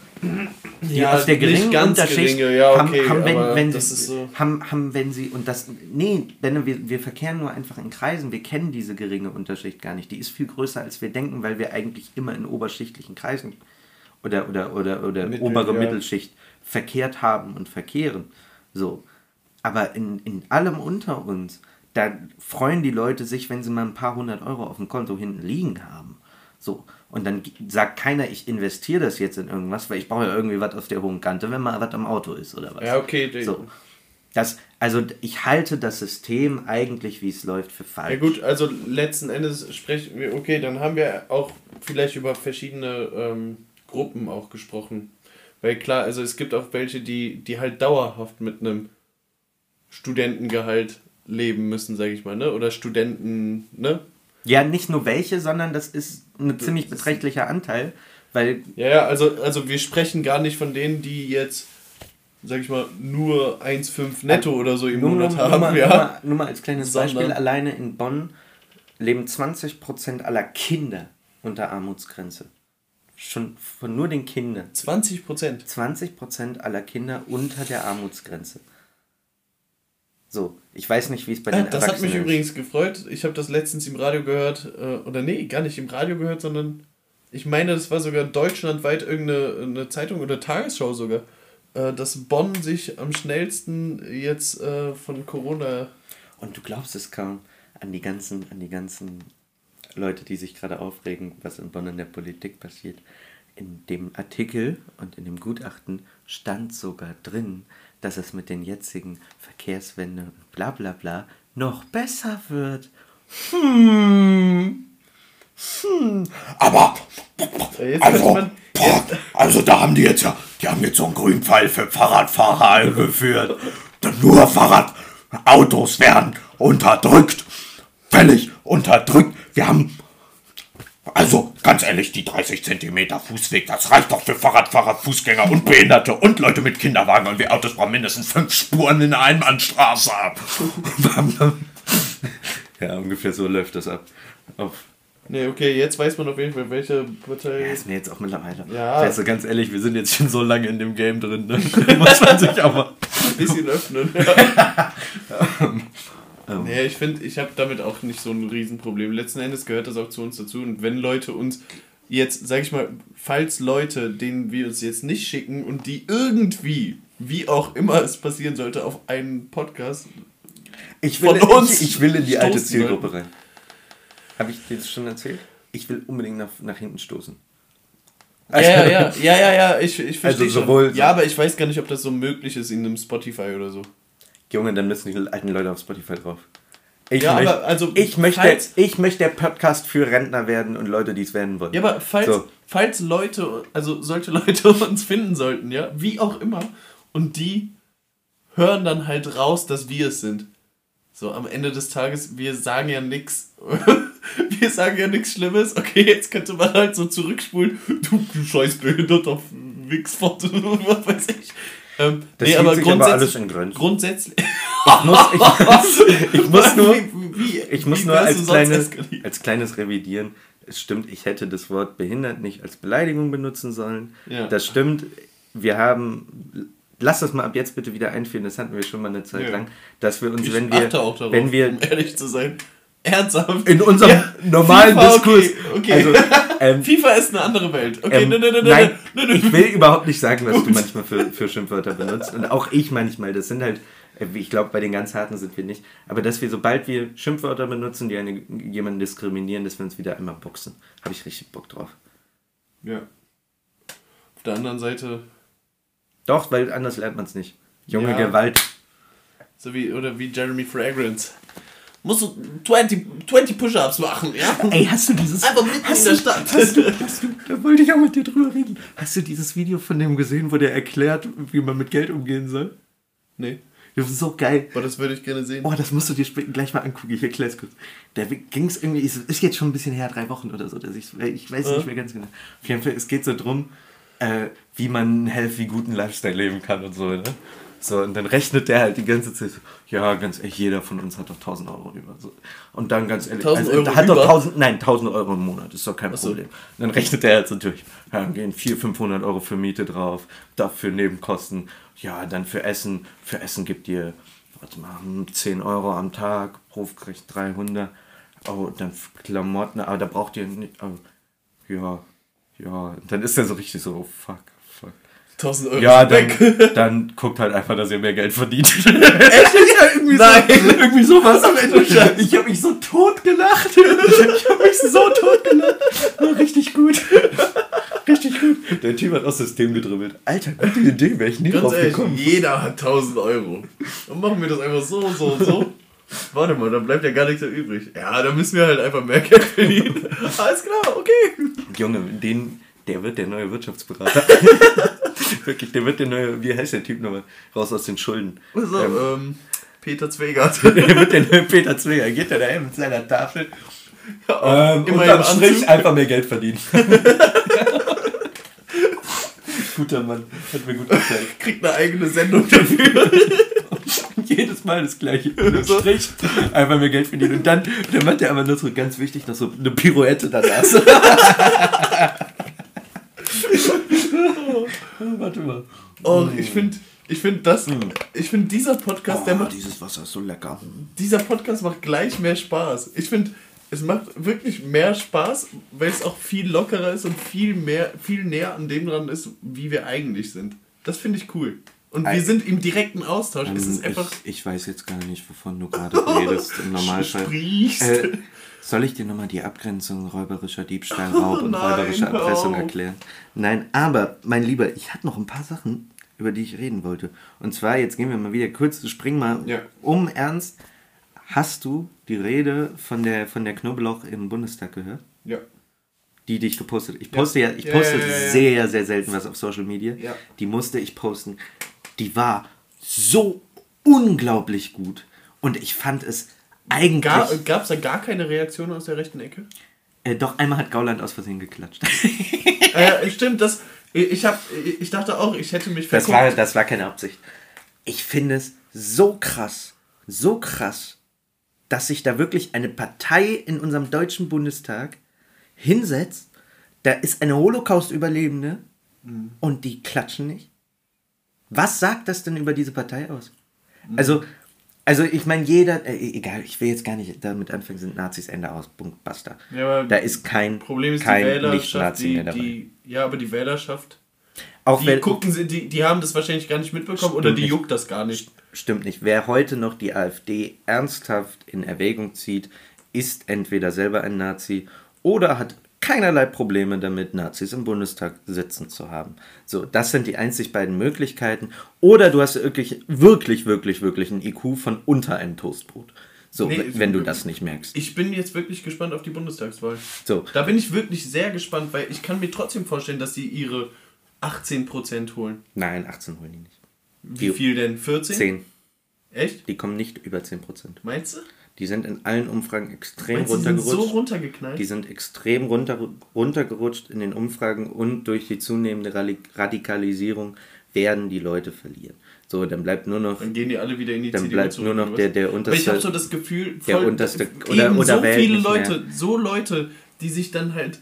Die Ja, aus der nicht geringen ganz Unterschicht geringe, ja, okay, haben, haben, wenn, aber wenn das sie, ist so. haben, haben, wenn sie, und das, nee, Benne, wir, wir verkehren nur einfach in Kreisen, wir kennen diese geringe Unterschicht gar nicht. Die ist viel größer, als wir denken, weil wir eigentlich immer in oberschichtlichen Kreisen oder, oder, oder, oder Mittel, obere ja. Mittelschicht verkehrt haben und verkehren. So. Aber in, in allem unter uns, da freuen die Leute sich, wenn sie mal ein paar hundert Euro auf dem Konto hinten liegen haben. So. Und dann sagt keiner, ich investiere das jetzt in irgendwas, weil ich brauche ja irgendwie was auf der hohen Kante, wenn mal was am Auto ist oder was. Ja, okay. die- So. Das, also ich halte das System eigentlich, wie es läuft, für falsch. Ja gut, also letzten Endes sprechen wir, okay, dann haben wir auch vielleicht über verschiedene ähm, Gruppen auch gesprochen. Weil klar, also es gibt auch welche, die, die halt dauerhaft mit einem Studentengehalt leben müssen, sage ich mal, ne? Oder Studenten, ne? Ja, nicht nur welche, sondern das ist ein ziemlich beträchtlicher Anteil, weil Ja, ja, also, also wir sprechen gar nicht von denen, die jetzt sag ich mal, nur eins Komma fünf netto oder so im nur, Monat nur, haben. nur, mal, ja. nur, mal, nur mal als kleines Sondern, Beispiel, alleine in Bonn leben zwanzig Prozent aller Kinder unter Armutsgrenze. Schon von nur den Kindern. zwanzig Prozent? zwanzig Prozent aller Kinder unter der Armutsgrenze. So, ich weiß nicht, wie es bei den äh, das Erwachsenen hat mich ist. übrigens gefreut. Ich habe das letztens im Radio gehört, äh, oder nee, gar nicht im Radio gehört, sondern ich meine, das war sogar deutschlandweit irgendeine eine Zeitung oder Tagesschau sogar, äh, dass Bonn sich am schnellsten jetzt äh, von Corona... Und du glaubst es kaum an die ganzen, an die ganzen Leute, die sich gerade aufregen, was in Bonn in der Politik passiert. In dem Artikel und in dem Gutachten stand sogar drin, dass es mit den jetzigen Verkehrswende und bla bla bla noch besser wird. Hm. Hm. Aber, Jetzt also, man, boah, also da haben die jetzt ja, die haben jetzt so einen Grünpfeil für Fahrradfahrer eingeführt. Nur Fahrradautos werden unterdrückt. Völlig unterdrückt. Wir haben, also ganz ehrlich, die dreißig Zentimeter Fußweg, das reicht doch für Fahrradfahrer, Fußgänger und Behinderte und Leute mit Kinderwagen. Und wir Autos brauchen mindestens fünf Spuren in der Einbahnstraße. Ja, ungefähr so läuft das ab. Auf nee, okay, jetzt weiß man auf jeden Fall, welche Partei... Ja, ist mir jetzt auch mittlerweile. Ja. Also ganz ehrlich, wir sind jetzt schon so lange in dem Game drin, ne? Muss man sich auch mal ein bisschen öffnen. Ja. Oh. Nee, ich finde, ich habe damit auch nicht so ein Riesenproblem. Letzten Endes gehört das auch zu uns dazu. Und wenn Leute uns jetzt, sag ich mal, falls Leute, denen wir uns jetzt nicht schicken und die irgendwie, wie auch immer es passieren sollte, auf einen Podcast Ich will, von uns ich, ich will in die alte stoßen Zielgruppe rein. Habe ich dir das schon erzählt? Ich will unbedingt nach, nach hinten stoßen. Ja, ja, ja, ja, ja, ja, ich, ich verstehe Also schon. sowohl- Ja, aber ich weiß gar nicht, ob das so möglich ist in einem Spotify oder so. Junge, dann müssen die alten Leute auf Spotify drauf. Ich, Ja, möchte, aber also, ich, möchte, falls- ich möchte der Podcast für Rentner werden und Leute, die es werden wollen. Ja, aber falls, So. falls Leute, also solche Leute uns finden sollten, ja, wie auch immer, und die hören dann halt raus, dass wir es sind. So, am Ende des Tages, wir sagen ja nichts, wir sagen ja nichts Schlimmes, okay, jetzt könnte man halt so zurückspulen, du, du scheiß behinderter Wichsfort, was weiß ich. Ähm, Das nee, hielt aber sich aber grundsätzlich, alles in Grenzen. grundsätzlich, Ich muss, ich, ich muss nur, wie, wie, ich muss wie nur wärst du als, sonst kleines, eskaliert? als kleines Revidieren. Es stimmt, ich hätte das Wort behindert nicht als Beleidigung benutzen sollen. Ja. Das stimmt. Wir haben, lass das mal ab jetzt bitte wieder einführen, das hatten wir schon mal eine Zeit Ja. lang, dass wir uns, Ich wenn wir, achte auch darauf, wenn wir um ehrlich zu sein. Ernsthaft? in unserem Ja, normalen FIFA, Diskurs, okay, okay. also ähm, FIFA ist eine andere Welt. Okay, Ähm, nö, nö, nö, nö, nein, nö, nö. ich will überhaupt nicht sagen, was du manchmal für, für Schimpfwörter benutzt. Und auch ich manchmal. Das sind halt, äh, ich glaube, bei den ganz harten sind wir nicht. Aber dass wir, sobald wir Schimpfwörter benutzen, die eine, jemanden diskriminieren, dass wir uns wieder einmal boxen. Habe ich richtig Bock drauf. Ja. Auf der anderen Seite, Doch, weil anders lernt man es nicht. Junge Ja. Gewalt. so wie, oder wie Jeremy Fragrance. Musst du zwanzig, zwanzig Push-Ups machen, ja? Ey, hast du dieses... Einfach mitten in der Stadt. Hast du, hast du, da wollte ich auch mit dir drüber reden. Hast du dieses Video von dem gesehen, wo der erklärt, wie man mit Geld umgehen soll? Nee, Das ist so geil. aber das würde ich gerne sehen. Oh, das musst du dir später gleich mal angucken. Ich erkläre es kurz. Da ging es irgendwie, ist, ist jetzt schon ein bisschen her, drei Wochen oder so. Dass ich, ich weiß Ja. nicht mehr ganz genau. Auf jeden Fall, es geht so drum, äh, wie man einen healthy, guten Lifestyle leben kann und so, ne? So, und dann rechnet der halt die ganze Zeit so, ja, ganz ehrlich, jeder von uns hat doch tausend Euro über. So. Und dann ganz ehrlich, tausend also, Euro hat über? doch tausend, nein, tausend Euro im Monat, ist doch kein Ach so. Problem. Und dann rechnet der halt so durch, ja, dann gehen vierhundert, fünfhundert Euro für Miete drauf, dafür Nebenkosten, ja, dann für Essen, für Essen gibt ihr, warte mal, zehn Euro am Tag, Prof kriegt dreihundert, oh, dann für Klamotten, aber da braucht ihr nicht, oh, ja, ja, und dann ist der so richtig so, oh, fuck, fuck. tausend Euro Ja, sind dann, weg. dann guckt halt einfach, dass ihr mehr Geld verdient. Echt? Ja, irgendwie Nein, so. irgendwie sowas. Am Ende Scheiß. Ich habe mich so tot gelacht. Ich habe mich so tot gelacht. War richtig gut. Richtig gut. Der Typ hat aus System gedribbelt. Alter, gute Idee, wäre ich nie Ganz drauf ehrlich, gekommen. jeder hat tausend Euro. Dann machen wir das einfach so, so, so. Warte mal, dann bleibt ja gar nichts mehr übrig. Ja, dann müssen wir halt einfach mehr Geld verdienen. Alles klar, okay. Junge, den, der wird der neue Wirtschaftsberater. Wirklich, der wird der neue, wie heißt der Typ nochmal? Raus aus den Schulden. So, Ähm, ähm, Peter Zwegert. Der wird der neue Peter Zweger. Geht der dahin mit seiner Tafel. Ähm, Immer unterm im Strich Anzug. einfach mehr Geld verdienen. Guter Mann, hat mir gut gefallen. Kriegt eine eigene Sendung dafür. Jedes Mal das gleiche. So. Strich, einfach mehr Geld verdienen. Und dann, dann macht er aber noch so ganz wichtig, noch so eine Pirouette danach. oh, warte mal. Oh, ich finde, ich finde das, ich finde dieser Podcast, oh, der macht, dieses Wasser ist so lecker. Dieser Podcast macht gleich mehr Spaß. Ich finde, es macht wirklich mehr Spaß, weil es auch viel lockerer ist und viel mehr, viel näher an dem dran ist, wie wir eigentlich sind. Das finde ich cool. Und wir sind im direkten Austausch. Ähm, es ist einfach. Ich, ich weiß jetzt gar nicht, wovon du gerade redest im Normalfall. Äh, soll ich dir nochmal die Abgrenzung räuberischer Diebstahl, Raub oh und nein, räuberischer Erpressung oh. erklären? Nein, aber, mein Lieber, ich hatte noch ein paar Sachen, über die ich reden wollte. Und zwar, jetzt gehen wir mal wieder kurz, springen mal ja. um ernst. Hast du die Rede von der, von der Knoblauch im Bundestag gehört? Ja. Die, die ich gepostet habe. Ich poste ja, ja ich ja, poste ja, ja, ja. sehr, sehr selten was auf Social Media. Ja. Die musste ich posten. Die war so unglaublich gut. Und ich fand es eigentlich... Gab es da gar keine Reaktion aus der rechten Ecke? Äh, doch, einmal hat Gauland aus Versehen geklatscht. äh, stimmt, das... Ich, hab, ich dachte auch, ich hätte mich verguckt. Das war, das war keine Absicht. Ich finde es so krass, so krass, dass sich da wirklich eine Partei in unserem deutschen Bundestag hinsetzt, da ist eine Holocaust-Überlebende mhm. und die klatschen nicht. Was sagt das denn über diese Partei aus? Mhm. Also, also ich meine, jeder, äh, egal, ich will jetzt gar nicht damit anfangen, sind Nazis, Ende aus, Punkt, basta. Ja, da ist kein, Problem ist kein die Wählerschaft, Nicht-Nazi die, mehr dabei. Die, ja, aber die Wählerschaft, Auch die wenn, gucken sie, die, die haben das wahrscheinlich gar nicht mitbekommen Stimmt oder die nicht. juckt das gar nicht. Stimmt nicht. Wer heute noch die AfD ernsthaft in Erwägung zieht, ist entweder selber ein Nazi oder hat keinerlei Probleme damit, Nazis im Bundestag sitzen zu haben. So, das sind die einzig beiden Möglichkeiten. Oder du hast wirklich, wirklich, wirklich, wirklich ein I Q von unter einem Toastbrot. So, Nee, wenn du das nicht merkst. Ich bin jetzt wirklich gespannt auf die Bundestagswahl. So. Da bin ich wirklich sehr gespannt, weil ich kann mir trotzdem vorstellen, dass sie ihre achtzehn Prozent holen. Nein, achtzehn holen die nicht. Wie Die- viel denn? vierzehn? zehn. Echt? Die kommen nicht über zehn Prozent. Meinst du? Die sind in allen Umfragen extrem Meinst du, die sind runtergerutscht. so runtergeknallt? Die sind extrem runter, runtergerutscht in den Umfragen und durch die zunehmende Rali- Radikalisierung werden die Leute verlieren. So, dann bleibt nur noch, Dann gehen die alle wieder in die dann C D U bleibt zurück, nur noch oder der, was? der Aber unterste... ich habe so das Gefühl, der voll, unterste- eben oder- oder so wählt viele nicht Leute, mehr. so Leute, die sich dann halt,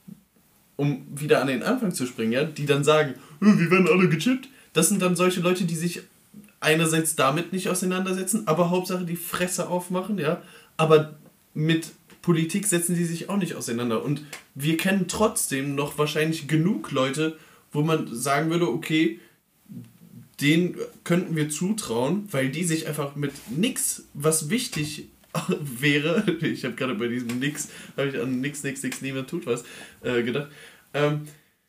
um wieder an den Anfang zu springen, ja, die dann sagen, "Äh, wir werden alle gechippt. Das sind dann solche Leute, die sich einerseits damit nicht auseinandersetzen, aber Hauptsache die Fresse aufmachen, ja, aber mit Politik setzen die sich auch nicht auseinander. Und wir kennen trotzdem noch wahrscheinlich genug Leute, wo man sagen würde, okay, denen könnten wir zutrauen, weil die sich einfach mit nix, was wichtig wäre, ich habe gerade bei diesem nix, habe ich an nix, nix, nix, niemand tut was äh, gedacht, ähm,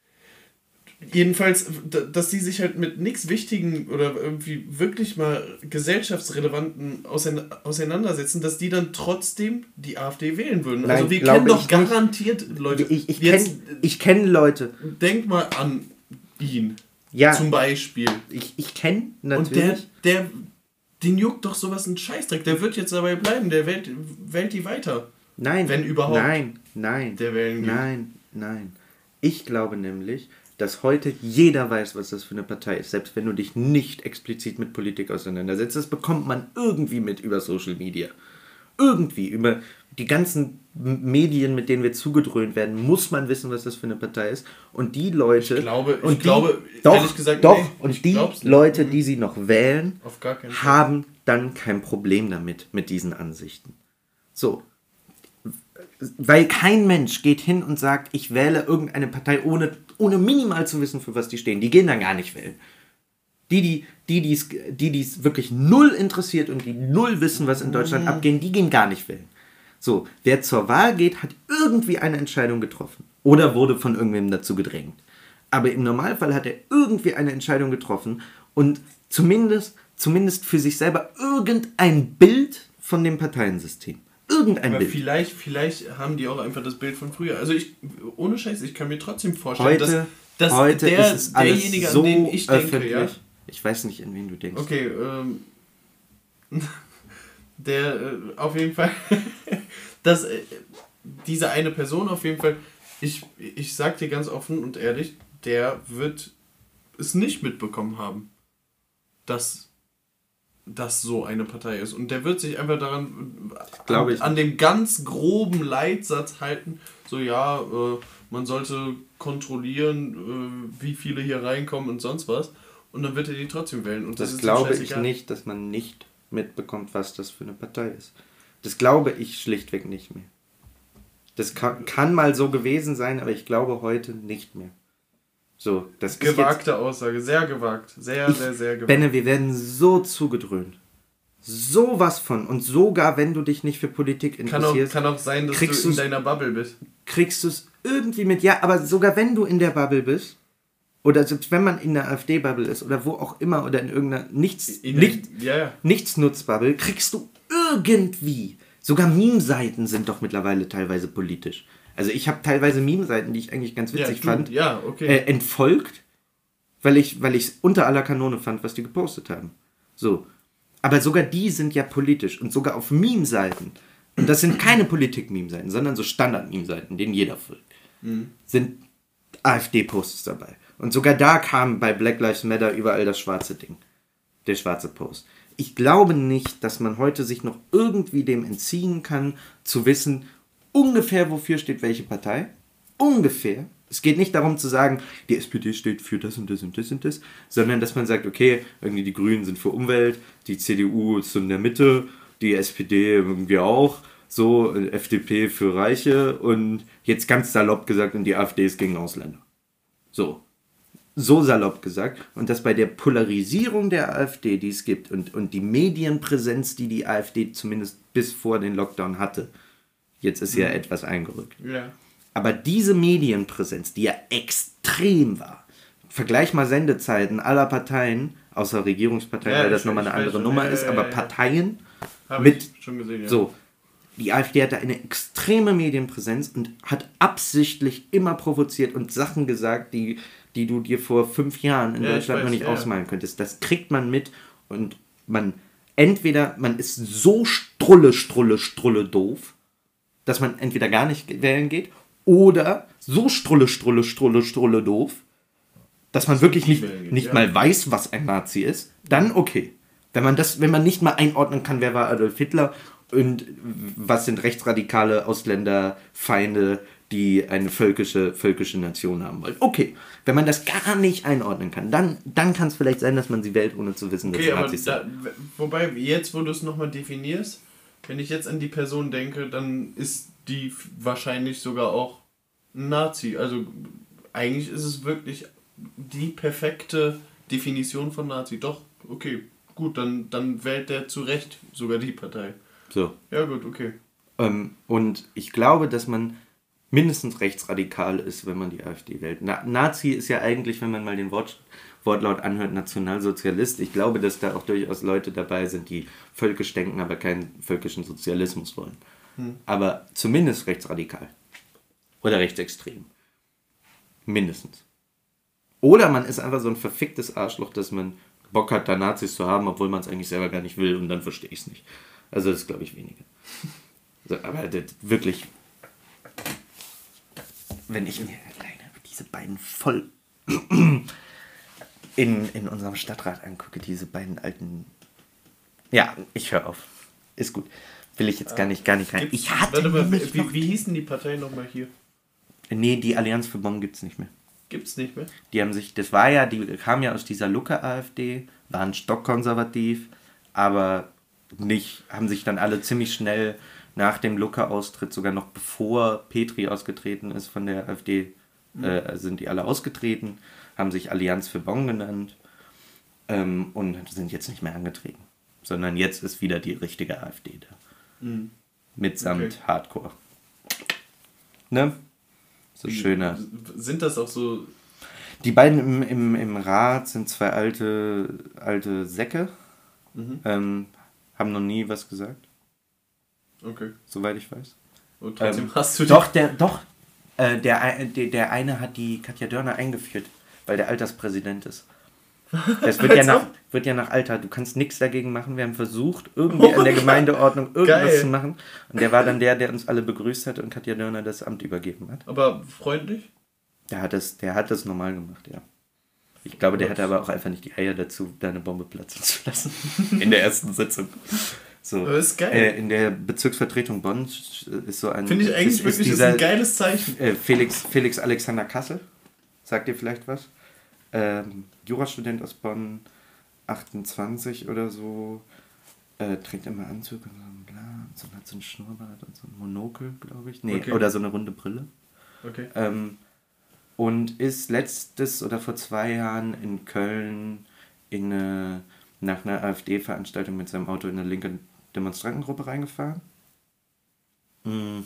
jedenfalls, d- dass die sich halt mit nichts Wichtigen oder irgendwie wirklich mal gesellschaftsrelevanten ausein- auseinandersetzen, dass die dann trotzdem die AfD wählen würden. Nein, also wir glaube kennen doch ich nicht. garantiert Leute. Ich, ich Jetzt kenne ich kenn Leute. denk mal an ihn. Ja, Zum Beispiel. ich, ich kenne Und der, natürlich... der, den juckt doch sowas ein Scheißdreck. Der wird jetzt dabei bleiben. Der wählt, wählt die weiter. Nein, Wenn überhaupt. Nein, nein, Der wählen geht. nein, nein. Ich glaube nämlich, dass heute jeder weiß, was das für eine Partei ist, selbst wenn du dich nicht explizit mit Politik auseinandersetzt. Das bekommt man irgendwie mit über Social Media. Irgendwie, über die ganzen M- Medien, mit denen wir zugedröhnt werden, muss man wissen, was das für eine Partei ist. Und die Leute... Ich glaube, ich und die, glaube doch, ehrlich gesagt, doch, nee, und ich die glaub's nicht. Leute, Mhm. die sie noch wählen, Auf gar keinen Fall. haben dann kein Problem damit, mit diesen Ansichten. So. Weil kein Mensch geht hin und sagt, ich wähle irgendeine Partei, ohne, ohne minimal zu wissen, für was die stehen. Die gehen dann gar nicht wählen. Die, die, die, die's, die, die's wirklich null interessiert und die null wissen, was in Deutschland Mhm. abgeht, die gehen gar nicht wählen. So, wer zur Wahl geht, hat irgendwie eine Entscheidung getroffen. Oder wurde von irgendwem dazu gedrängt. Aber im Normalfall hat er irgendwie eine Entscheidung getroffen und zumindest, zumindest für sich selber irgendein Bild von dem Parteiensystem. Irgendein Aber Bild. vielleicht, vielleicht haben die auch einfach das Bild von früher. Also ich, ohne Scheiß, ich kann mir trotzdem vorstellen, Heute, dass, dass heute der, ist es alles derjenige, so an den ich denke, öffentlich. ja. Ich weiß nicht, an wen du denkst. Okay, ähm, der äh, auf jeden Fall, dass äh, diese eine Person auf jeden Fall, ich, ich sag dir ganz offen und ehrlich, der wird es nicht mitbekommen haben, dass das so eine Partei ist. Und der wird sich einfach daran, Glaube an, ich. an dem ganz groben Leitsatz halten, so ja, äh, man sollte kontrollieren, äh, wie viele hier reinkommen und sonst was. Und dann wird er die trotzdem wählen. Und das, Das ist ihm glaube ich scheißegal. nicht, dass man nicht mitbekommt, was das für eine Partei ist. Das glaube ich schlichtweg nicht mehr. Das kann, kann mal so gewesen sein, aber ich glaube heute nicht mehr. So, das ist Gewagte jetzt, Aussage, sehr gewagt. Sehr, sehr, sehr gewagt. Benne, wir werden so zugedröhnt. Sowas von. Und sogar wenn du dich nicht für Politik Kann auch, interessierst, kann auch sein, dass kriegst du in du's- deiner Bubble bist. kriegst du es irgendwie mit. Ja, aber sogar wenn du in der Bubble bist, oder selbst wenn man in der AfD-Bubble ist, oder wo auch immer, oder in irgendeiner nichts, In nicht, ja, ja. Nichtsnutzbubble, kriegst du irgendwie. Sogar Meme-Seiten sind doch mittlerweile teilweise politisch. Also ich habe teilweise Meme-Seiten, die ich eigentlich ganz Ja, witzig du, fand, ja, okay. äh, entfolgt, weil ich weil ich es unter aller Kanone fand, was die gepostet haben. So. Aber sogar die sind ja politisch und sogar auf Meme-Seiten, und das sind keine Politik-Meme-Seiten, sondern so Standard-Meme-Seiten, denen jeder folgt, Mhm. sind AfD-Posts dabei. Und sogar da kam bei Black Lives Matter überall das schwarze Ding. Der schwarze Post. Ich glaube nicht, dass man heute sich noch irgendwie dem entziehen kann, zu wissen, ungefähr wofür steht welche Partei. Ungefähr. Es geht nicht darum zu sagen, die S P D steht für das und das und das und das, sondern dass man sagt, okay, irgendwie die Grünen sind für Umwelt, die C D U ist so in der Mitte, die S P D irgendwie auch, so, F D P für Reiche und jetzt ganz salopp gesagt, und die AfD ist gegen Ausländer. So. So salopp gesagt. Und dass bei der Polarisierung der AfD, die es gibt, und, und die Medienpräsenz, die die AfD zumindest bis vor den Lockdown hatte, jetzt ist ja etwas eingerückt. Ja. Aber diese Medienpräsenz, die ja extrem war, vergleich mal Sendezeiten aller Parteien, außer Regierungsparteien, Ja, weil das ich- nochmal ich eine weiß andere schon. Nummer Ja, ist, ja, aber ja, ja. Parteien Habe mit ich schon gesehen, ja. so. Die AfD hatte eine extreme Medienpräsenz und hat absichtlich immer provoziert und Sachen gesagt, die, die du dir vor fünf Jahren in Ja, ich Deutschland weiß, noch nicht ja, ja. ausmalen könntest. Das kriegt man mit und man entweder, man ist so strulle, strulle, strulle doof, dass man entweder gar nicht wählen geht oder so strulle, strulle, strulle, strulle doof, dass man wirklich nie nicht, wählen geht, nicht ja. mal weiß, was ein Nazi ist, dann okay. Wenn man das, wenn man nicht mal einordnen kann, wer war Adolf Hitler und was sind rechtsradikale Ausländerfeinde, die eine völkische, völkische Nation haben wollen. Okay, wenn man das gar nicht einordnen kann, dann, dann kann es vielleicht sein, dass man sie wählt, ohne zu wissen, dass Okay, sie aber Nazis da, sind. w- wobei, jetzt, wo du es nochmal definierst, wenn ich jetzt an die Person denke, dann ist die f- wahrscheinlich sogar auch ein Nazi. Also eigentlich ist es wirklich die perfekte Definition von Nazi. Doch, okay, gut, dann, dann wählt der zu Recht sogar die Partei. So. Ja gut, okay. Ähm, und ich glaube, dass man mindestens rechtsradikal ist, wenn man die AfD wählt. Na, Nazi ist ja eigentlich, wenn man mal den Wort, Wortlaut anhört, Nationalsozialist. Ich glaube, dass da auch durchaus Leute dabei sind, die völkisch denken, aber keinen völkischen Sozialismus wollen. Hm. Aber zumindest rechtsradikal. Oder rechtsextrem. Mindestens. Oder man ist einfach so ein verficktes Arschloch, dass man Bock hat, da Nazis zu haben, obwohl man es eigentlich selber gar nicht will, und dann verstehe ich es nicht. Also das glaube ich weniger. So, aber das wirklich, wenn ich mir alleine diese beiden voll in, in unserem Stadtrat angucke, diese beiden alten... Ja, ich höre auf. Ist gut. Will ich jetzt gar nicht, gar nicht rein. Gibt's- Ich hatte warte mal, nämlich wie, noch- wie hießen die Parteien nochmal hier? Nee, die Allianz für Bonn gibt es nicht mehr. Gibt's nicht mehr? Die haben sich, das war ja, die kamen ja aus dieser Lucke-AfD, waren stockkonservativ, aber nicht, haben sich dann alle ziemlich schnell nach dem Lucke-Austritt, sogar noch bevor Petri ausgetreten ist von der AfD, mhm. äh, sind die alle ausgetreten, haben sich Allianz für Bonn genannt ähm, und sind jetzt nicht mehr angetreten. Sondern jetzt ist wieder die richtige AfD da. Mhm. Mitsamt Okay. Hardcore. Ne? So schöner. Sind das auch so... Die beiden im, im, im Rat sind zwei alte, alte Säcke, Mhm. ähm, haben noch nie was gesagt, Okay. soweit ich weiß. Und trotzdem Ähm, hast du die... Doch, der, doch, äh, der, der, der eine hat die Katja Dörner eingeführt, weil der Alterspräsident ist. Das wird ja, Als nach, ob. wird ja nach Alter, du kannst nichts dagegen machen. Wir haben versucht, irgendwie an der Gemeindeordnung irgendwas Geil. zu machen. Und der war dann der, der uns alle begrüßt hat und Katja Dörner das Amt übergeben hat. Aber freundlich? Der hat das, der hat das normal gemacht, ja. Ich glaube, der hatte aber auch einfach nicht die Eier dazu, da eine Bombe platzen zu lassen. In der ersten Sitzung. So. Das ist geil. Äh, in der Bezirksvertretung Bonn ist so ein... Finde ich eigentlich ist, wirklich ist dieser, ist ein geiles Zeichen. Äh, Felix, Felix Alexander Kassel. Sagt ihr vielleicht was? Ähm, Jurastudent aus Bonn, achtundzwanzig oder so. Äh, trägt immer Anzug und so ein Glas und hat so ein Schnurrbart und so ein Monokel, glaube ich. Nee, okay. Oder so eine runde Brille. Okay. Ähm, und ist letztes oder vor zwei Jahren in Köln in eine, nach einer AfD-Veranstaltung mit seinem Auto in eine linke Demonstrantengruppe reingefahren. Mhm.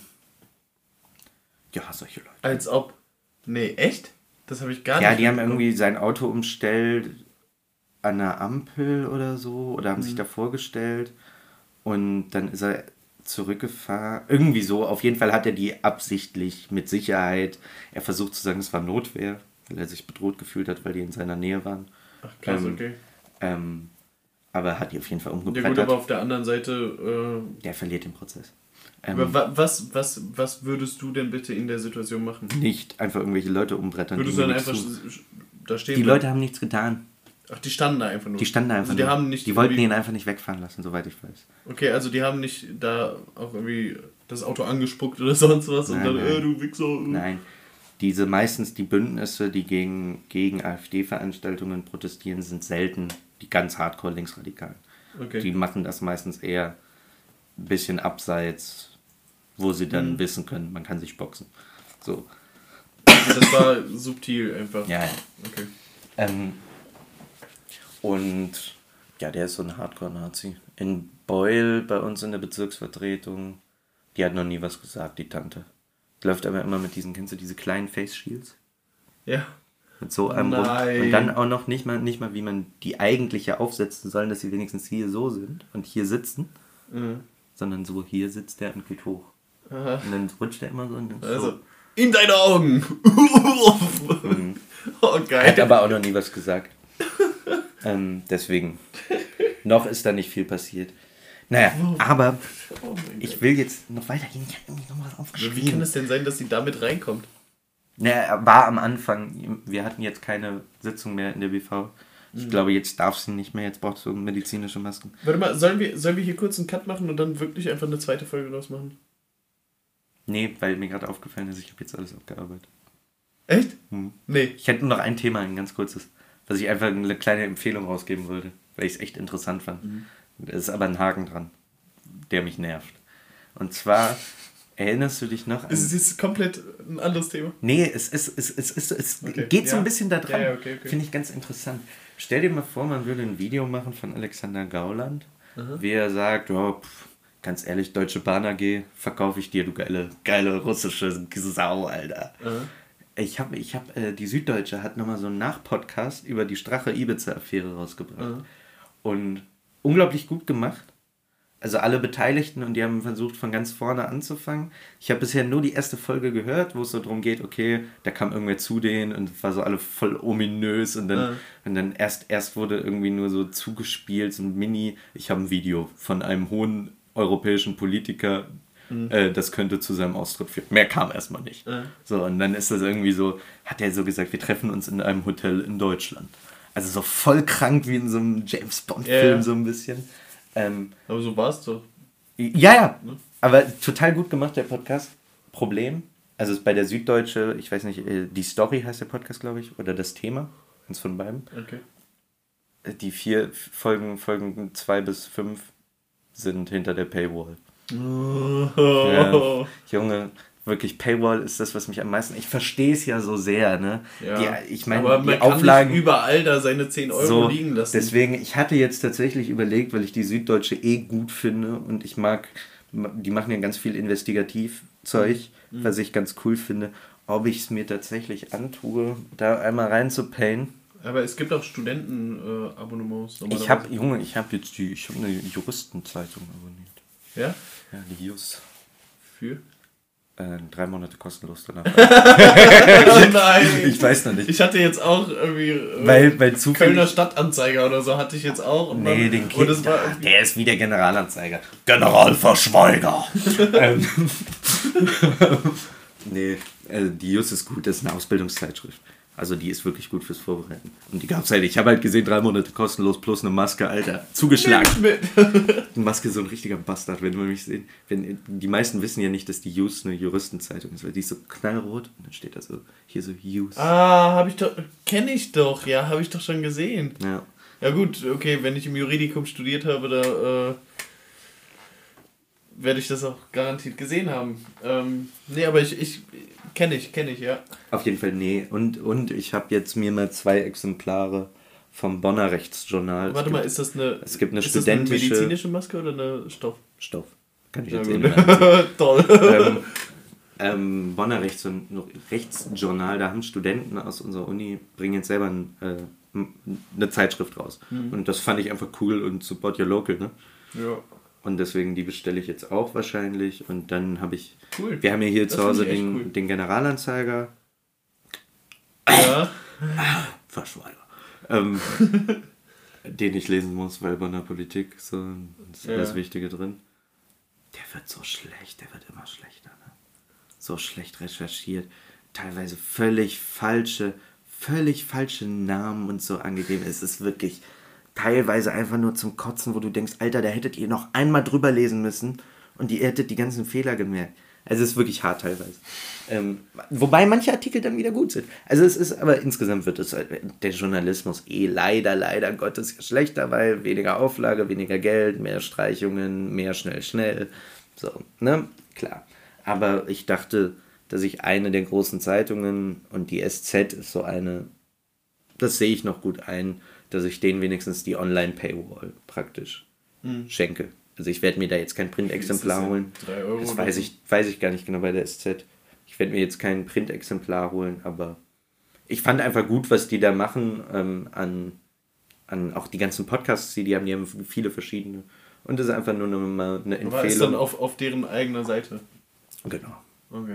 Ja, solche Leute. Als ob. Nee, echt? Das habe ich gar Ja, nicht. die haben irgendwie sein Auto umstellt an einer Ampel oder so oder haben Mhm. sich da vorgestellt und dann ist er zurückgefahren. Irgendwie so. Auf jeden Fall hat er die absichtlich mit Sicherheit. Er versucht zu sagen, es war Notwehr, weil er sich bedroht gefühlt hat, weil die in seiner Nähe waren. Ach krass, ähm, okay. Ähm, aber hat die auf jeden Fall Ja gut, umgebrettert. aber auf der anderen Seite... Äh, Der verliert den Prozess. Ähm, aber wa- was, was, was würdest du denn bitte in der Situation machen? nicht einfach irgendwelche Leute umbrettern. Würdest die du mir dann nichts einfach tun. sch- da stehen Die bleiben? Leute haben nichts getan. Ach, die standen da einfach nur. Die standen da einfach also die nur. haben nicht Die wollten irgendwie- ihn einfach nicht wegfahren lassen, soweit ich weiß. Okay, also die haben nicht da auch irgendwie das Auto angespuckt oder sonst was und Nein, dann, nein. äh, du Wichser. äh. Nein. Diese meistens die Bündnisse, die gegen, gegen AfD-Veranstaltungen protestieren, sind selten die ganz hardcore linksradikalen. Okay. Die machen das meistens eher ein bisschen abseits, wo sie dann Mhm. wissen können, man kann sich boxen. So. Das war subtil einfach. Ja, ja. Okay. Ähm, und ja, der ist so ein Hardcore-Nazi. In Beul, bei uns in der Bezirksvertretung, die hat noch nie was gesagt, die Tante. Die läuft aber immer mit diesen, kennst du diese kleinen Face Shields? Ja. Mit so einem Rum. Nein. Und dann auch noch nicht mal, nicht mal, wie man die eigentlich ja aufsetzen soll, dass sie wenigstens hier so sind und hier sitzen, Mhm. sondern so, hier sitzt der und geht hoch. Aha. Und dann rutscht er immer so und dann Also, so. in deine Augen! Mhm. Oh, geil. Hat aber auch noch nie was gesagt. ähm, deswegen. Noch ist da nicht viel passiert. Naja, aber Oh mein ich Gott. will jetzt noch weitergehen. Ich habe irgendwie noch was Wie kann aufgeschrieben. es denn sein, dass sie damit reinkommt? Naja, war am Anfang. Wir hatten jetzt keine Sitzung mehr in der B V. Ich Mhm. glaube, jetzt darf sie nicht mehr. Jetzt braucht sie medizinische Masken. Warte mal, sollen wir, sollen wir hier kurz einen Cut machen und dann wirklich einfach eine zweite Folge draus machen? Nee, weil mir gerade aufgefallen ist, ich habe jetzt alles abgearbeitet. Echt? Hm. Nee. Ich hätte nur noch ein Thema, ein ganz kurzes, was ich einfach eine kleine Empfehlung rausgeben wollte, weil ich es echt interessant fand. Mhm. Da ist aber ein Haken dran, der mich nervt. Und zwar, erinnerst du dich noch an... Es ist jetzt komplett ein anderes Thema. Nee, es, ist, es, es, es, es Okay, geht so ja. ein bisschen da dran. Ja, ja, okay, okay. Finde ich ganz interessant. Stell dir mal vor, man würde ein Video machen von Alexander Gauland, Aha. wie er sagt, ja, pff, ganz ehrlich, Deutsche Bahn A G, verkaufe ich dir, du geile, geile russische Sau, Alter. Aha. Ich habe, ich hab, äh, die Süddeutsche hat nochmal so einen Nachpodcast über die Strache-Ibiza-Affäre rausgebracht. Aha. Und unglaublich gut gemacht. Also alle Beteiligten, und die haben versucht, von ganz vorne anzufangen. Ich habe bisher nur die erste Folge gehört, wo es so darum geht, okay, da kam irgendwer zu denen und es war so alle voll ominös und dann, Ja. und dann erst, erst wurde irgendwie nur so zugespielt, so ein Mini, ich habe ein Video von einem hohen europäischen Politiker, Mhm. äh, das könnte zu seinem Austritt führen. Mehr kam erstmal nicht. Ja. So, und dann ist das irgendwie so, hat er so gesagt, wir treffen uns in einem Hotel in Deutschland. Also so voll krank wie in so einem James-Bond-Film, Ja, ja. so ein bisschen. Ähm, Aber so war es doch. ja, ja, Ne? aber total gut gemacht, der Podcast. Problem, also ist bei der Süddeutsche, ich weiß nicht, äh, die Story heißt der Podcast, glaube ich, oder das Thema, eins von beiden. Okay. Äh, Die vier Folgen, Folgen zwei bis fünf sind hinter der Paywall. Ja, Junge, wirklich, Paywall ist das, was mich am meisten... Ich verstehe es ja so sehr, ne? Ja. Die, ich meine, Aber man die kann Auflagen... nicht überall da seine zehn Euro so, liegen lassen. deswegen, ich hatte jetzt tatsächlich überlegt, weil ich die Süddeutsche eh gut finde und ich mag, die machen ja ganz viel Investigativzeug, Mhm. was ich ganz cool finde, ob ich es mir tatsächlich antue, da einmal reinzupayen. Aber es gibt auch Studenten-Abonnements. Ich habe, Junge, ich habe jetzt die, ich habe eine Juristenzeitung abonniert. Ja? Ja, die Just. Für? Äh, drei Monate kostenlos danach. Oh nein! Ich weiß noch nicht. Ich hatte jetzt auch irgendwie äh, Weil, weil zufällig... Kölner Stadtanzeiger oder so hatte ich jetzt auch. Und Nee, dann, den und Kind, das war ah, irgendwie- der ist wie der Generalanzeiger. Generalverschweiger. ähm, nee, äh, die Just ist gut, das ist eine Ausbildungszeitschrift. Also die ist wirklich gut fürs Vorbereiten. Und die gab's halt, ich habe halt gesehen, drei Monate kostenlos plus eine Maske, Alter. Zugeschlagen. Die Maske ist so ein richtiger Bastard, wenn man mich sehen. Wenn, die meisten wissen ja nicht, dass die Use eine Juristenzeitung ist, weil die ist so knallrot und dann steht da so, hier so Use. Ah, habe ich doch, kenne ich doch, ja, habe ich doch schon gesehen. Ja. Ja gut, okay, wenn ich im Juridikum studiert habe, da äh, werde ich das auch garantiert gesehen haben. Ähm, nee, aber ich, ich kenne ich, kenne ich, ja. Auf jeden Fall, nee. Und, und ich habe jetzt mir mal zwei Exemplare vom Bonner Rechtsjournal. Warte es mal, gibt, ist das eine, es gibt eine ist studentische... das eine medizinische Maske oder eine Stoff? Stoff. Kann ich Ja, jetzt gut. eh Toll. ähm, ähm, Bonner Rechts Rechtsjournal, da haben Studenten aus unserer Uni, bringen jetzt selber ein, äh, eine Zeitschrift raus. Mhm. Und das fand ich einfach cool und support your local, ne? Ja. Und deswegen, die bestelle ich jetzt auch wahrscheinlich. Und dann habe ich... Cool. Wir haben ja hier Das zu Hause finde ich echt den, cool. den Generalanzeiger. Ja. Verschweiger. Ähm, den ich lesen muss, weil Bonner Politik so ist Ja. das Wichtige drin. Der wird so schlecht, der wird immer schlechter. Ne? So schlecht recherchiert. Teilweise völlig falsche, völlig falsche Namen und so angegeben. Es ist wirklich teilweise einfach nur zum Kotzen, wo du denkst, Alter, da hättet ihr noch einmal drüber lesen müssen und ihr hättet die ganzen Fehler gemerkt. Also es ist wirklich hart teilweise. Ähm, wobei manche Artikel dann wieder gut sind. Also es ist, aber insgesamt wird es, der Journalismus eh leider, leider Gottes schlechter, weil weniger Auflage, weniger Geld, mehr Streichungen, mehr schnell, schnell. So, ne? Klar. Aber ich dachte, dass ich eine der großen Zeitungen und die S Z ist so eine, das sehe ich noch gut ein, dass ich denen wenigstens die Online-Paywall praktisch mhm. schenke. Also ich werde mir da jetzt kein Printexemplar holen. drei Euro das weiß ich, weiß ich gar nicht genau bei der S Z. Ich werde mir jetzt kein Printexemplar holen, aber ich fand einfach gut, was die da machen, ähm, an, an auch die ganzen Podcasts, die die haben, die haben viele verschiedene. Und das ist einfach nur eine, eine Empfehlung. Aber ist dann auf, auf deren eigener Seite? Genau. Okay.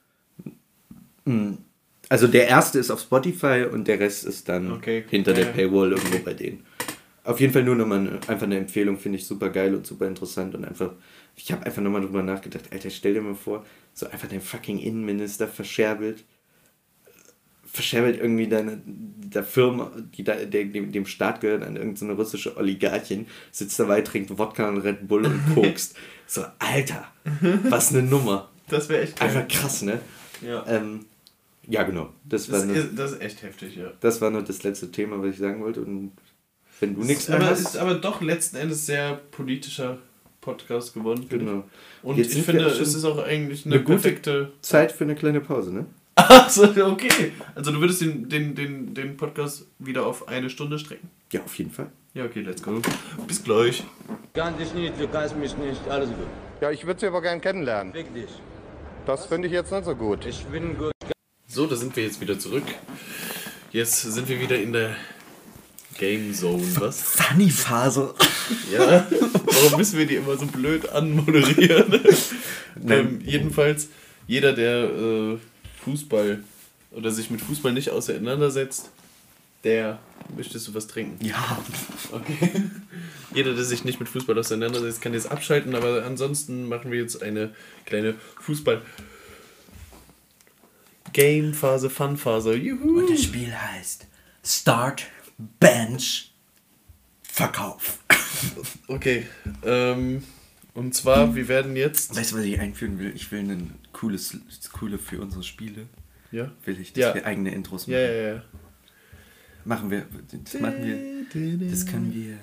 Also der erste ist auf Spotify und der Rest ist dann okay. hinter ja, der Paywall irgendwo bei denen. Auf jeden Fall nur nochmal eine, einfach eine Empfehlung, finde ich super geil und super interessant und einfach, ich habe einfach nochmal drüber nachgedacht, Alter, stell dir mal vor, so einfach dein fucking Innenminister verscherbelt, verscherbelt irgendwie deine, der Firma, die da, der, dem, dem Staat gehört, an irgendeine russische Oligarchin, sitzt dabei, trinkt Wodka und Red Bull und kokst. So, Alter, was eine Nummer. Das wäre echt geil. Einfach krass, ne? Ja. Ähm, ja, genau. Das, das, war nur, ist, das ist echt heftig, ja. das war nur das letzte Thema, was ich sagen wollte. Und wenn du nichts mehr aber hast... ist aber doch letzten Endes sehr politischer Podcast geworden. Genau. Und Jetzt ich sind finde, wir schon es ist auch eigentlich eine, eine gute perfekte... Zeit für eine kleine Pause, ne? Achso, okay. Also du würdest den, den, den, den Podcast wieder auf eine Stunde strecken? Ja, auf jeden Fall. Ja, okay, let's go. Bis gleich. Kann dich nicht, du kannst mich nicht, alles gut. Ja, ich würde sie aber gern kennenlernen. Fick dich. Das finde ich jetzt nicht so gut. Ich bin gut. So, da sind wir jetzt wieder zurück. Jetzt sind wir wieder in der Game Zone, was? Funny-Phase. Ja, warum müssen wir die immer so blöd anmoderieren? ähm, jedenfalls, jeder, der äh, Fußball oder sich mit Fußball nicht auseinandersetzt, der... Möchtest du was trinken? Ja. Okay. Jeder, der sich nicht mit Fußball auseinandersetzt, kann jetzt abschalten, aber ansonsten machen wir jetzt eine kleine Fußball- Game-Phase, Fun-Phase. Juhu. Und das Spiel heißt Start, Bench, Verkauf. Okay. Ähm, und zwar, wir werden jetzt... Weißt du, was ich einführen will? Ich will ein cooles, coole für unsere Spiele. Ja? Will ich, dass Ja. wir eigene Intros machen. Ja, ja, ja. Machen wir, das machen wir, das können wir,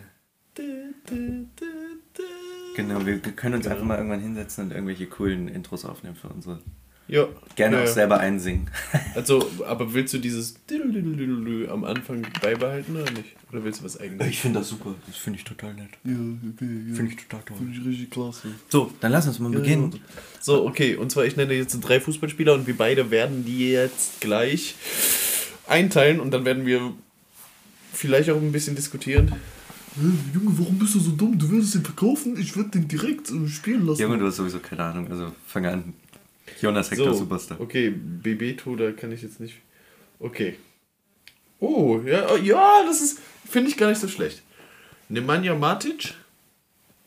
genau, wir können uns Genau. einfach mal irgendwann hinsetzen und irgendwelche coolen Intros aufnehmen für unsere, Ja. gerne ja, auch ja. selber einsingen. Also, aber willst du dieses am Anfang beibehalten oder nicht? Oder willst du was eigenes? Ich finde das super, das finde ich total nett. Ja, okay, ja. Finde ich total toll. Finde ich richtig klasse. So, dann lass uns mal beginnen. So, okay, und zwar ich nenne jetzt drei Fußballspieler und wir beide werden die jetzt gleich einteilen und dann werden wir vielleicht auch ein bisschen diskutieren. Junge, warum bist du so dumm? Du würdest ihn verkaufen, ich würde den direkt äh, spielen lassen. Junge, du hast sowieso keine Ahnung, also fang an. Jonas Hector so, Superstar. okay, Bebeto, da kann ich jetzt nicht... Okay. Oh, ja, oh, ja, das ist, finde ich gar nicht so schlecht. Nemanja Matic,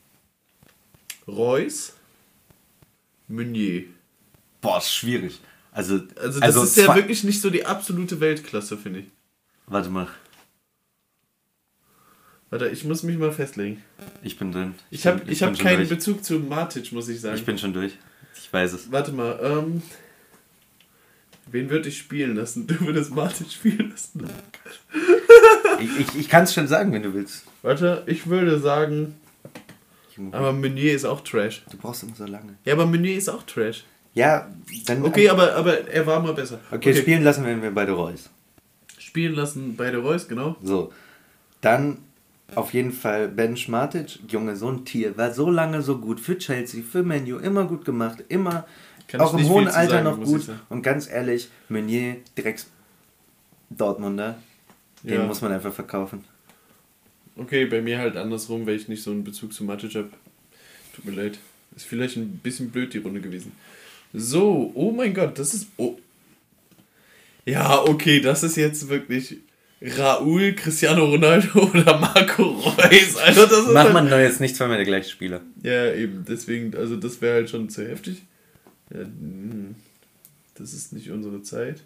Reus, Meunier. Boah, ist schwierig. Also, Also das also ist ja zwei- wirklich nicht so die absolute Weltklasse, finde ich. Warte mal, Warte, ich muss mich mal festlegen. ich bin drin. Ich habe bin- ich bin hab schon keinen durch. Bezug zu Matic, muss ich sagen. Ich bin schon durch. Ich weiß es. Warte mal, ähm... wen würde ich spielen lassen? Du würdest Matic spielen lassen. Ich, ich, ich kann es schon sagen, wenn du willst. Warte, ich würde sagen... Aber Meunier ist auch Trash. Du brauchst immer so lange. Ja, aber Meunier ist auch Trash. Ja, dann... Okay, aber, aber er war mal besser. Okay, spielen lassen werden wir beide Reus. Spielen lassen beide Reus, genau. So, dann auf jeden Fall Bench Matic. Junge, so ein Tier. War so lange so gut. Für Chelsea, für Man U. Immer gut gemacht. Immer Kann ich auch im nicht hohen viel zu Alter sagen, noch muss ich gut. sagen. Und ganz ehrlich, Meunier, Drecks Dortmunder, den Ja. muss man einfach verkaufen. Okay, bei mir halt andersrum, weil ich nicht so einen Bezug zu Matic habe. Tut mir leid. Ist vielleicht ein bisschen blöd die Runde gewesen. So, oh mein Gott, das ist... Oh. Ja, okay, das ist jetzt wirklich... Raúl, Cristiano Ronaldo oder Marco Reus. Alter, das ist Mach halt, man neu jetzt nicht zweimal der gleiche Spieler. Ja, eben, deswegen, also das wäre halt schon zu heftig. Ja, hm, das ist nicht unsere Zeit.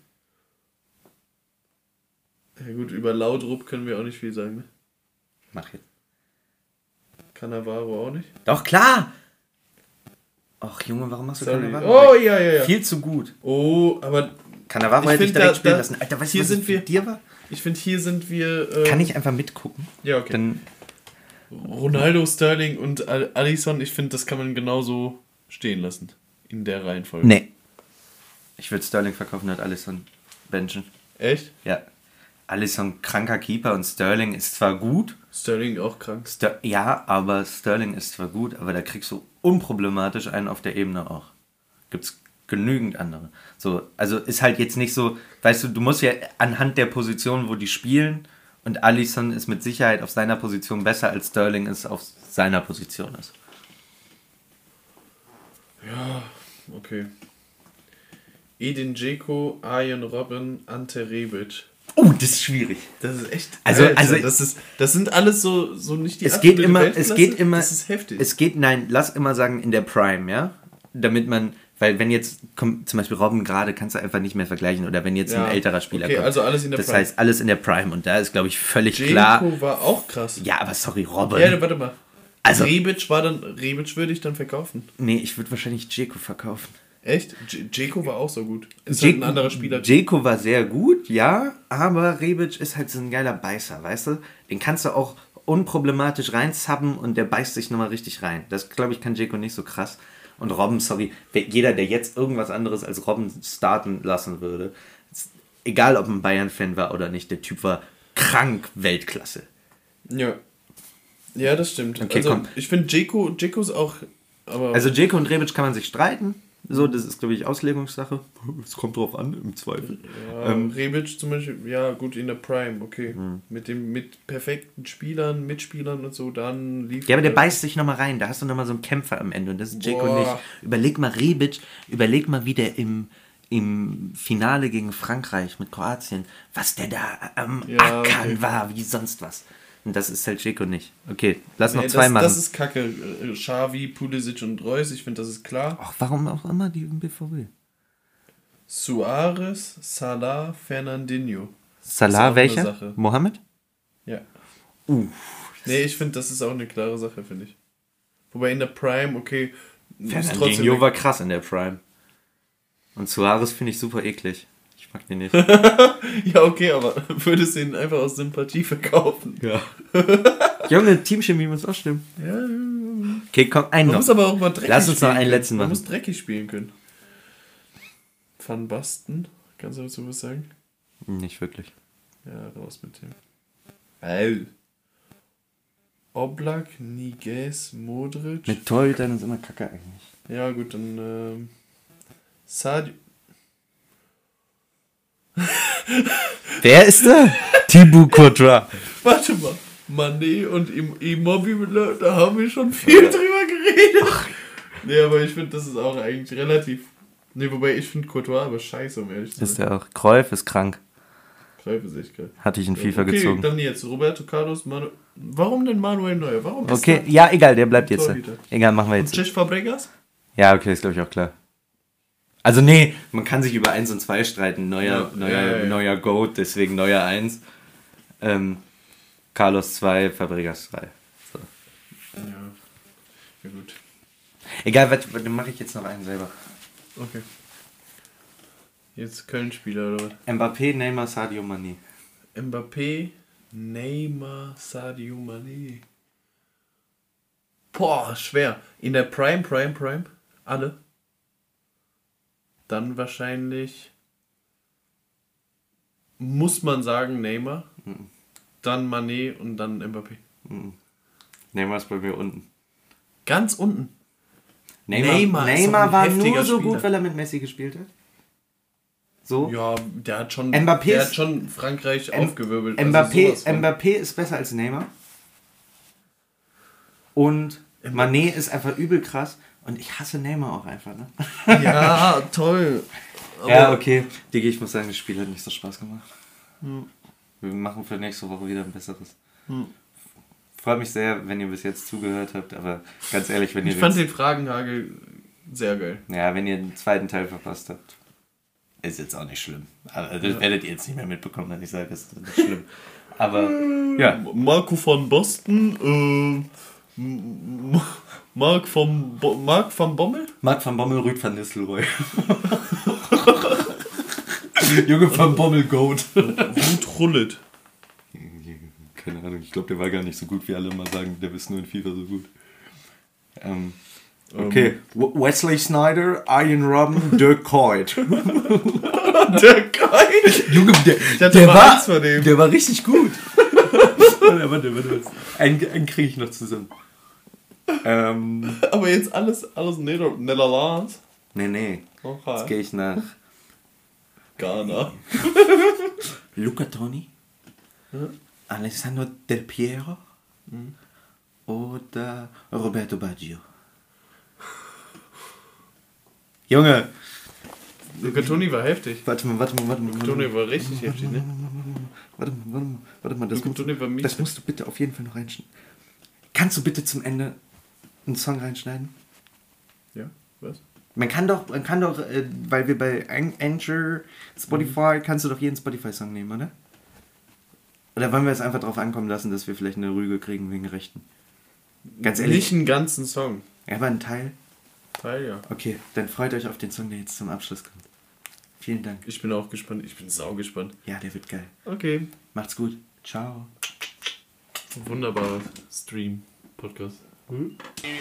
Ja gut, über Laudrup können wir auch nicht viel sagen, ne? Mach jetzt. Cannavaro auch nicht. Doch, klar! Ach Junge, warum machst du Sorry. Cannavaro? Oh, ja, ja, ja. Viel zu gut. Oh, aber Cannavaro Ich hätte ich find, direkt da- spielen da- lassen. Alter, weißt du, hier was sind es wir- mit dir war? ich finde, hier sind wir... Äh, Kann ich einfach mitgucken? Ja, okay. Dann Ronaldo, Sterling und Al- Alisson, ich finde, das kann man genauso stehen lassen. In der Reihenfolge. Nee. Ich würde Sterling verkaufen und Alisson benchen. Echt? Ja. Alisson kranker Keeper und Sterling ist zwar gut. Sterling auch krank. Ster- ja, aber Sterling ist zwar gut, aber da kriegst du unproblematisch einen auf der Ebene auch. Gibt's genügend andere. So, also ist halt jetzt nicht so, weißt du, du musst ja anhand der Position, wo die spielen, und Alisson ist mit Sicherheit auf seiner Position besser, als Sterling es auf seiner Position ist. Ja, okay. Edin Dzeko, Arjen Robben, Ante Rebic. Oh, das ist schwierig. Das ist echt. Also- Alter, also- das ist, das sind alles so, so nicht die Es geht absolute immer, es Weltklasse. geht immer, Das ist heftig. es geht, nein, lass immer sagen in der Prime, ja, damit man, weil wenn jetzt kommt, zum Beispiel Robben gerade, kannst du einfach nicht mehr vergleichen oder wenn jetzt Ja, ein älterer Spieler okay, kommt. also alles in der das Prime. heißt alles in der Prime und da ist, glaube ich, völlig Dzeko klar. war auch krass. Ja, aber sorry, Robben. Ja, warte mal. Also- Rebic war dann, Rebic würde ich dann verkaufen. Nee, ich würde wahrscheinlich Dzeko verkaufen. Echt? Dj- Dzeko war auch so gut. Ist halt ein Dzeko- anderer Spieler. Dzeko war sehr gut, ja, aber Rebic ist halt so ein geiler Beißer, weißt du? Den kannst du auch unproblematisch reinzappen und der beißt sich nochmal richtig rein. Das, glaube ich, kann Dzeko nicht so krass. Und Robben, sorry, wer- jeder, der jetzt irgendwas anderes als Robben starten lassen würde, ist, egal ob ein Bayern-Fan war oder nicht, der Typ war krank Weltklasse. Ja. Ja, das stimmt. Okay, also, komm. ich finde Dzeko, Dzeko ist auch. Aber Also Dzeko und Rebic kann man sich streiten. So, das ist, glaube ich, Auslegungssache. Es kommt drauf an, im Zweifel. ja, ähm, Rebic zum Beispiel, ja gut, in der Prime, okay. Hm. Mit dem mit perfekten Spielern, Mitspielern und so, dann lief. Ja, aber der beißt sich nochmal rein. Da hast du nochmal so einen Kämpfer am Ende. Und das ist Dzeko Boah. nicht. Überleg mal Rebic, überleg mal, wie der im, im Finale gegen Frankreich mit Kroatien, was der da am Ja, Ackern okay. war, wie sonst was. Und das ist halt Dzeko nicht. Okay, lass noch Nee, zwei das, machen. das ist kacke. Äh, Xavi, Pulisic und Reus, ich finde, das ist klar. Ach, warum auch immer die im B V B? Suarez, Salah, Fernandinho. Salah, eine welcher? Sache. Mohammed? Ja. Uh. Nee, ich finde, das ist auch eine klare Sache, finde ich. Wobei in der Prime, okay, ist trotzdem. Fernandinho war krass in der Prime. Und Suarez finde ich super eklig. Ich mag den nicht. Ja, okay, aber würdest du ihn einfach aus Sympathie verkaufen? Ja. Junge, Teamchemie muss auch stimmen. Ja. Okay, komm, einen Man noch. muss aber auch mal dreckig Lass uns noch spielen einen können. letzten Man machen. muss dreckig spielen können. Van Basten, kannst du dazu was sagen? Nicht wirklich. Ja, raus mit dem. Weil. Oblak, Niguez, Modric. Mit Torhütern ist immer kacke eigentlich. Ja, gut, dann. Ähm, Sadio. Wer ist da? Thibaut Courtois. Warte mal. Mané und Im- Immobile, da haben wir schon viel drüber geredet. Nee, aber ich finde, das ist auch eigentlich relativ. Nee, wobei ich finde Courtois aber scheiße, um ehrlich zu Ist sein. der auch. Cruyff ist krank. Greif ist echt geil. Hatte ich in FIFA okay, gezogen. dann jetzt Roberto Carlos, Manu warum denn Manuel Neuer? Warum ist Okay, der- ja, egal, der bleibt jetzt. Torhüter. Egal, machen wir Und jetzt. Cesc Fabregas? Ja, okay, ist glaube ich auch klar. Also nee, man kann sich über eins und zwei streiten. Neuer, Ja, neuer, ja, ja, ja. neuer Goat, deswegen neuer eins. Ähm, Carlos zwei, Fabregas drei. So. Ja. Ja, gut. Egal, was, dann mache ich jetzt noch einen selber. Okay. Jetzt Köln-Spieler oder was? Mbappé, Neymar, Sadio Mané. Mbappé, Neymar, Sadio Mané. Boah, schwer. In der Prime, Prime, Prime. Alle. Dann wahrscheinlich muss man sagen Neymar. Mhm. Dann Mané und dann Mbappé. Mhm. Neymar ist bei mir unten. Ganz unten. Neymar, Neymar ist Neymar doch ein war heftiger nur so Spieler. gut, weil er mit Messi gespielt hat. So. Ja, der hat schon, Mbappé der ist- hat schon Frankreich M- aufgewirbelt. Mbappé, sowas von. Mbappé ist besser als Neymar. Und Mané ist einfach übel krass. Und ich hasse Neymar auch einfach, ne? Ja, toll. Ja, okay. Digi, ich muss sagen, das Spiel hat nicht so Spaß gemacht. Wir machen für nächste Woche wieder ein besseres. Freut mich sehr, wenn ihr bis jetzt zugehört habt, aber ganz ehrlich, wenn ihr Ich fand den, den Fragenhagel sehr geil. ja, wenn ihr den zweiten Teil verpasst habt, ist jetzt auch nicht schlimm. Aber das werdet ihr jetzt nicht mehr mitbekommen, wenn ich sage, das ist nicht schlimm. Aber ja, Marco von Boston, äh, M- Mark vom Bo- Mark van Bommel? Marc van Bommel, Rüd van Nistelrooy. Junge van Bommel Goat. Ruth Rullet. Keine Ahnung, ich glaube, der war gar nicht so gut, wie alle immer sagen, der ist nur in FIFA so gut. Ähm, okay. W- Wesley Sneijder, Ian Robben, Dirk Kuyt. Der Geil! Junge, der, Ich hatte mal eins von dem. der war richtig gut. warte, warte, warte. Einen, einen kriege ich noch zusammen. Ähm, Aber jetzt alles, alles Nieder Niederlands. nee, nee. Jetzt Okay. gehe ich nach Ghana. Luca Toni, Alessandro Del Piero oder Roberto Baggio. Junge, Luca Toni war heftig. warte mal, warte mal, warte mal. Luca Toni war richtig heftig, ne? Warte mal, warte mal, warte mal. Das, Luca musst, Toni war mies. das musst du bitte auf jeden Fall noch reinschneiden. Kannst du bitte zum Ende einen Song reinschneiden? Ja, was? Man kann doch, man kann doch, äh, weil wir bei An- Anchor, Spotify, kannst du doch jeden Spotify-Song nehmen, oder? Oder wollen wir es einfach drauf ankommen lassen, dass wir vielleicht eine Rüge kriegen wegen Rechten? Ganz ehrlich. Nicht einen ganzen Song. Ja, aber ein Teil. Teil, ja. Okay, dann freut euch auf den Song, der jetzt zum Abschluss kommt. Vielen Dank. Ich bin auch gespannt. Ich bin sau gespannt. Ja, der wird geil. Okay. Macht's gut. Ciao. Wunderbarer Stream. Podcast. Hm?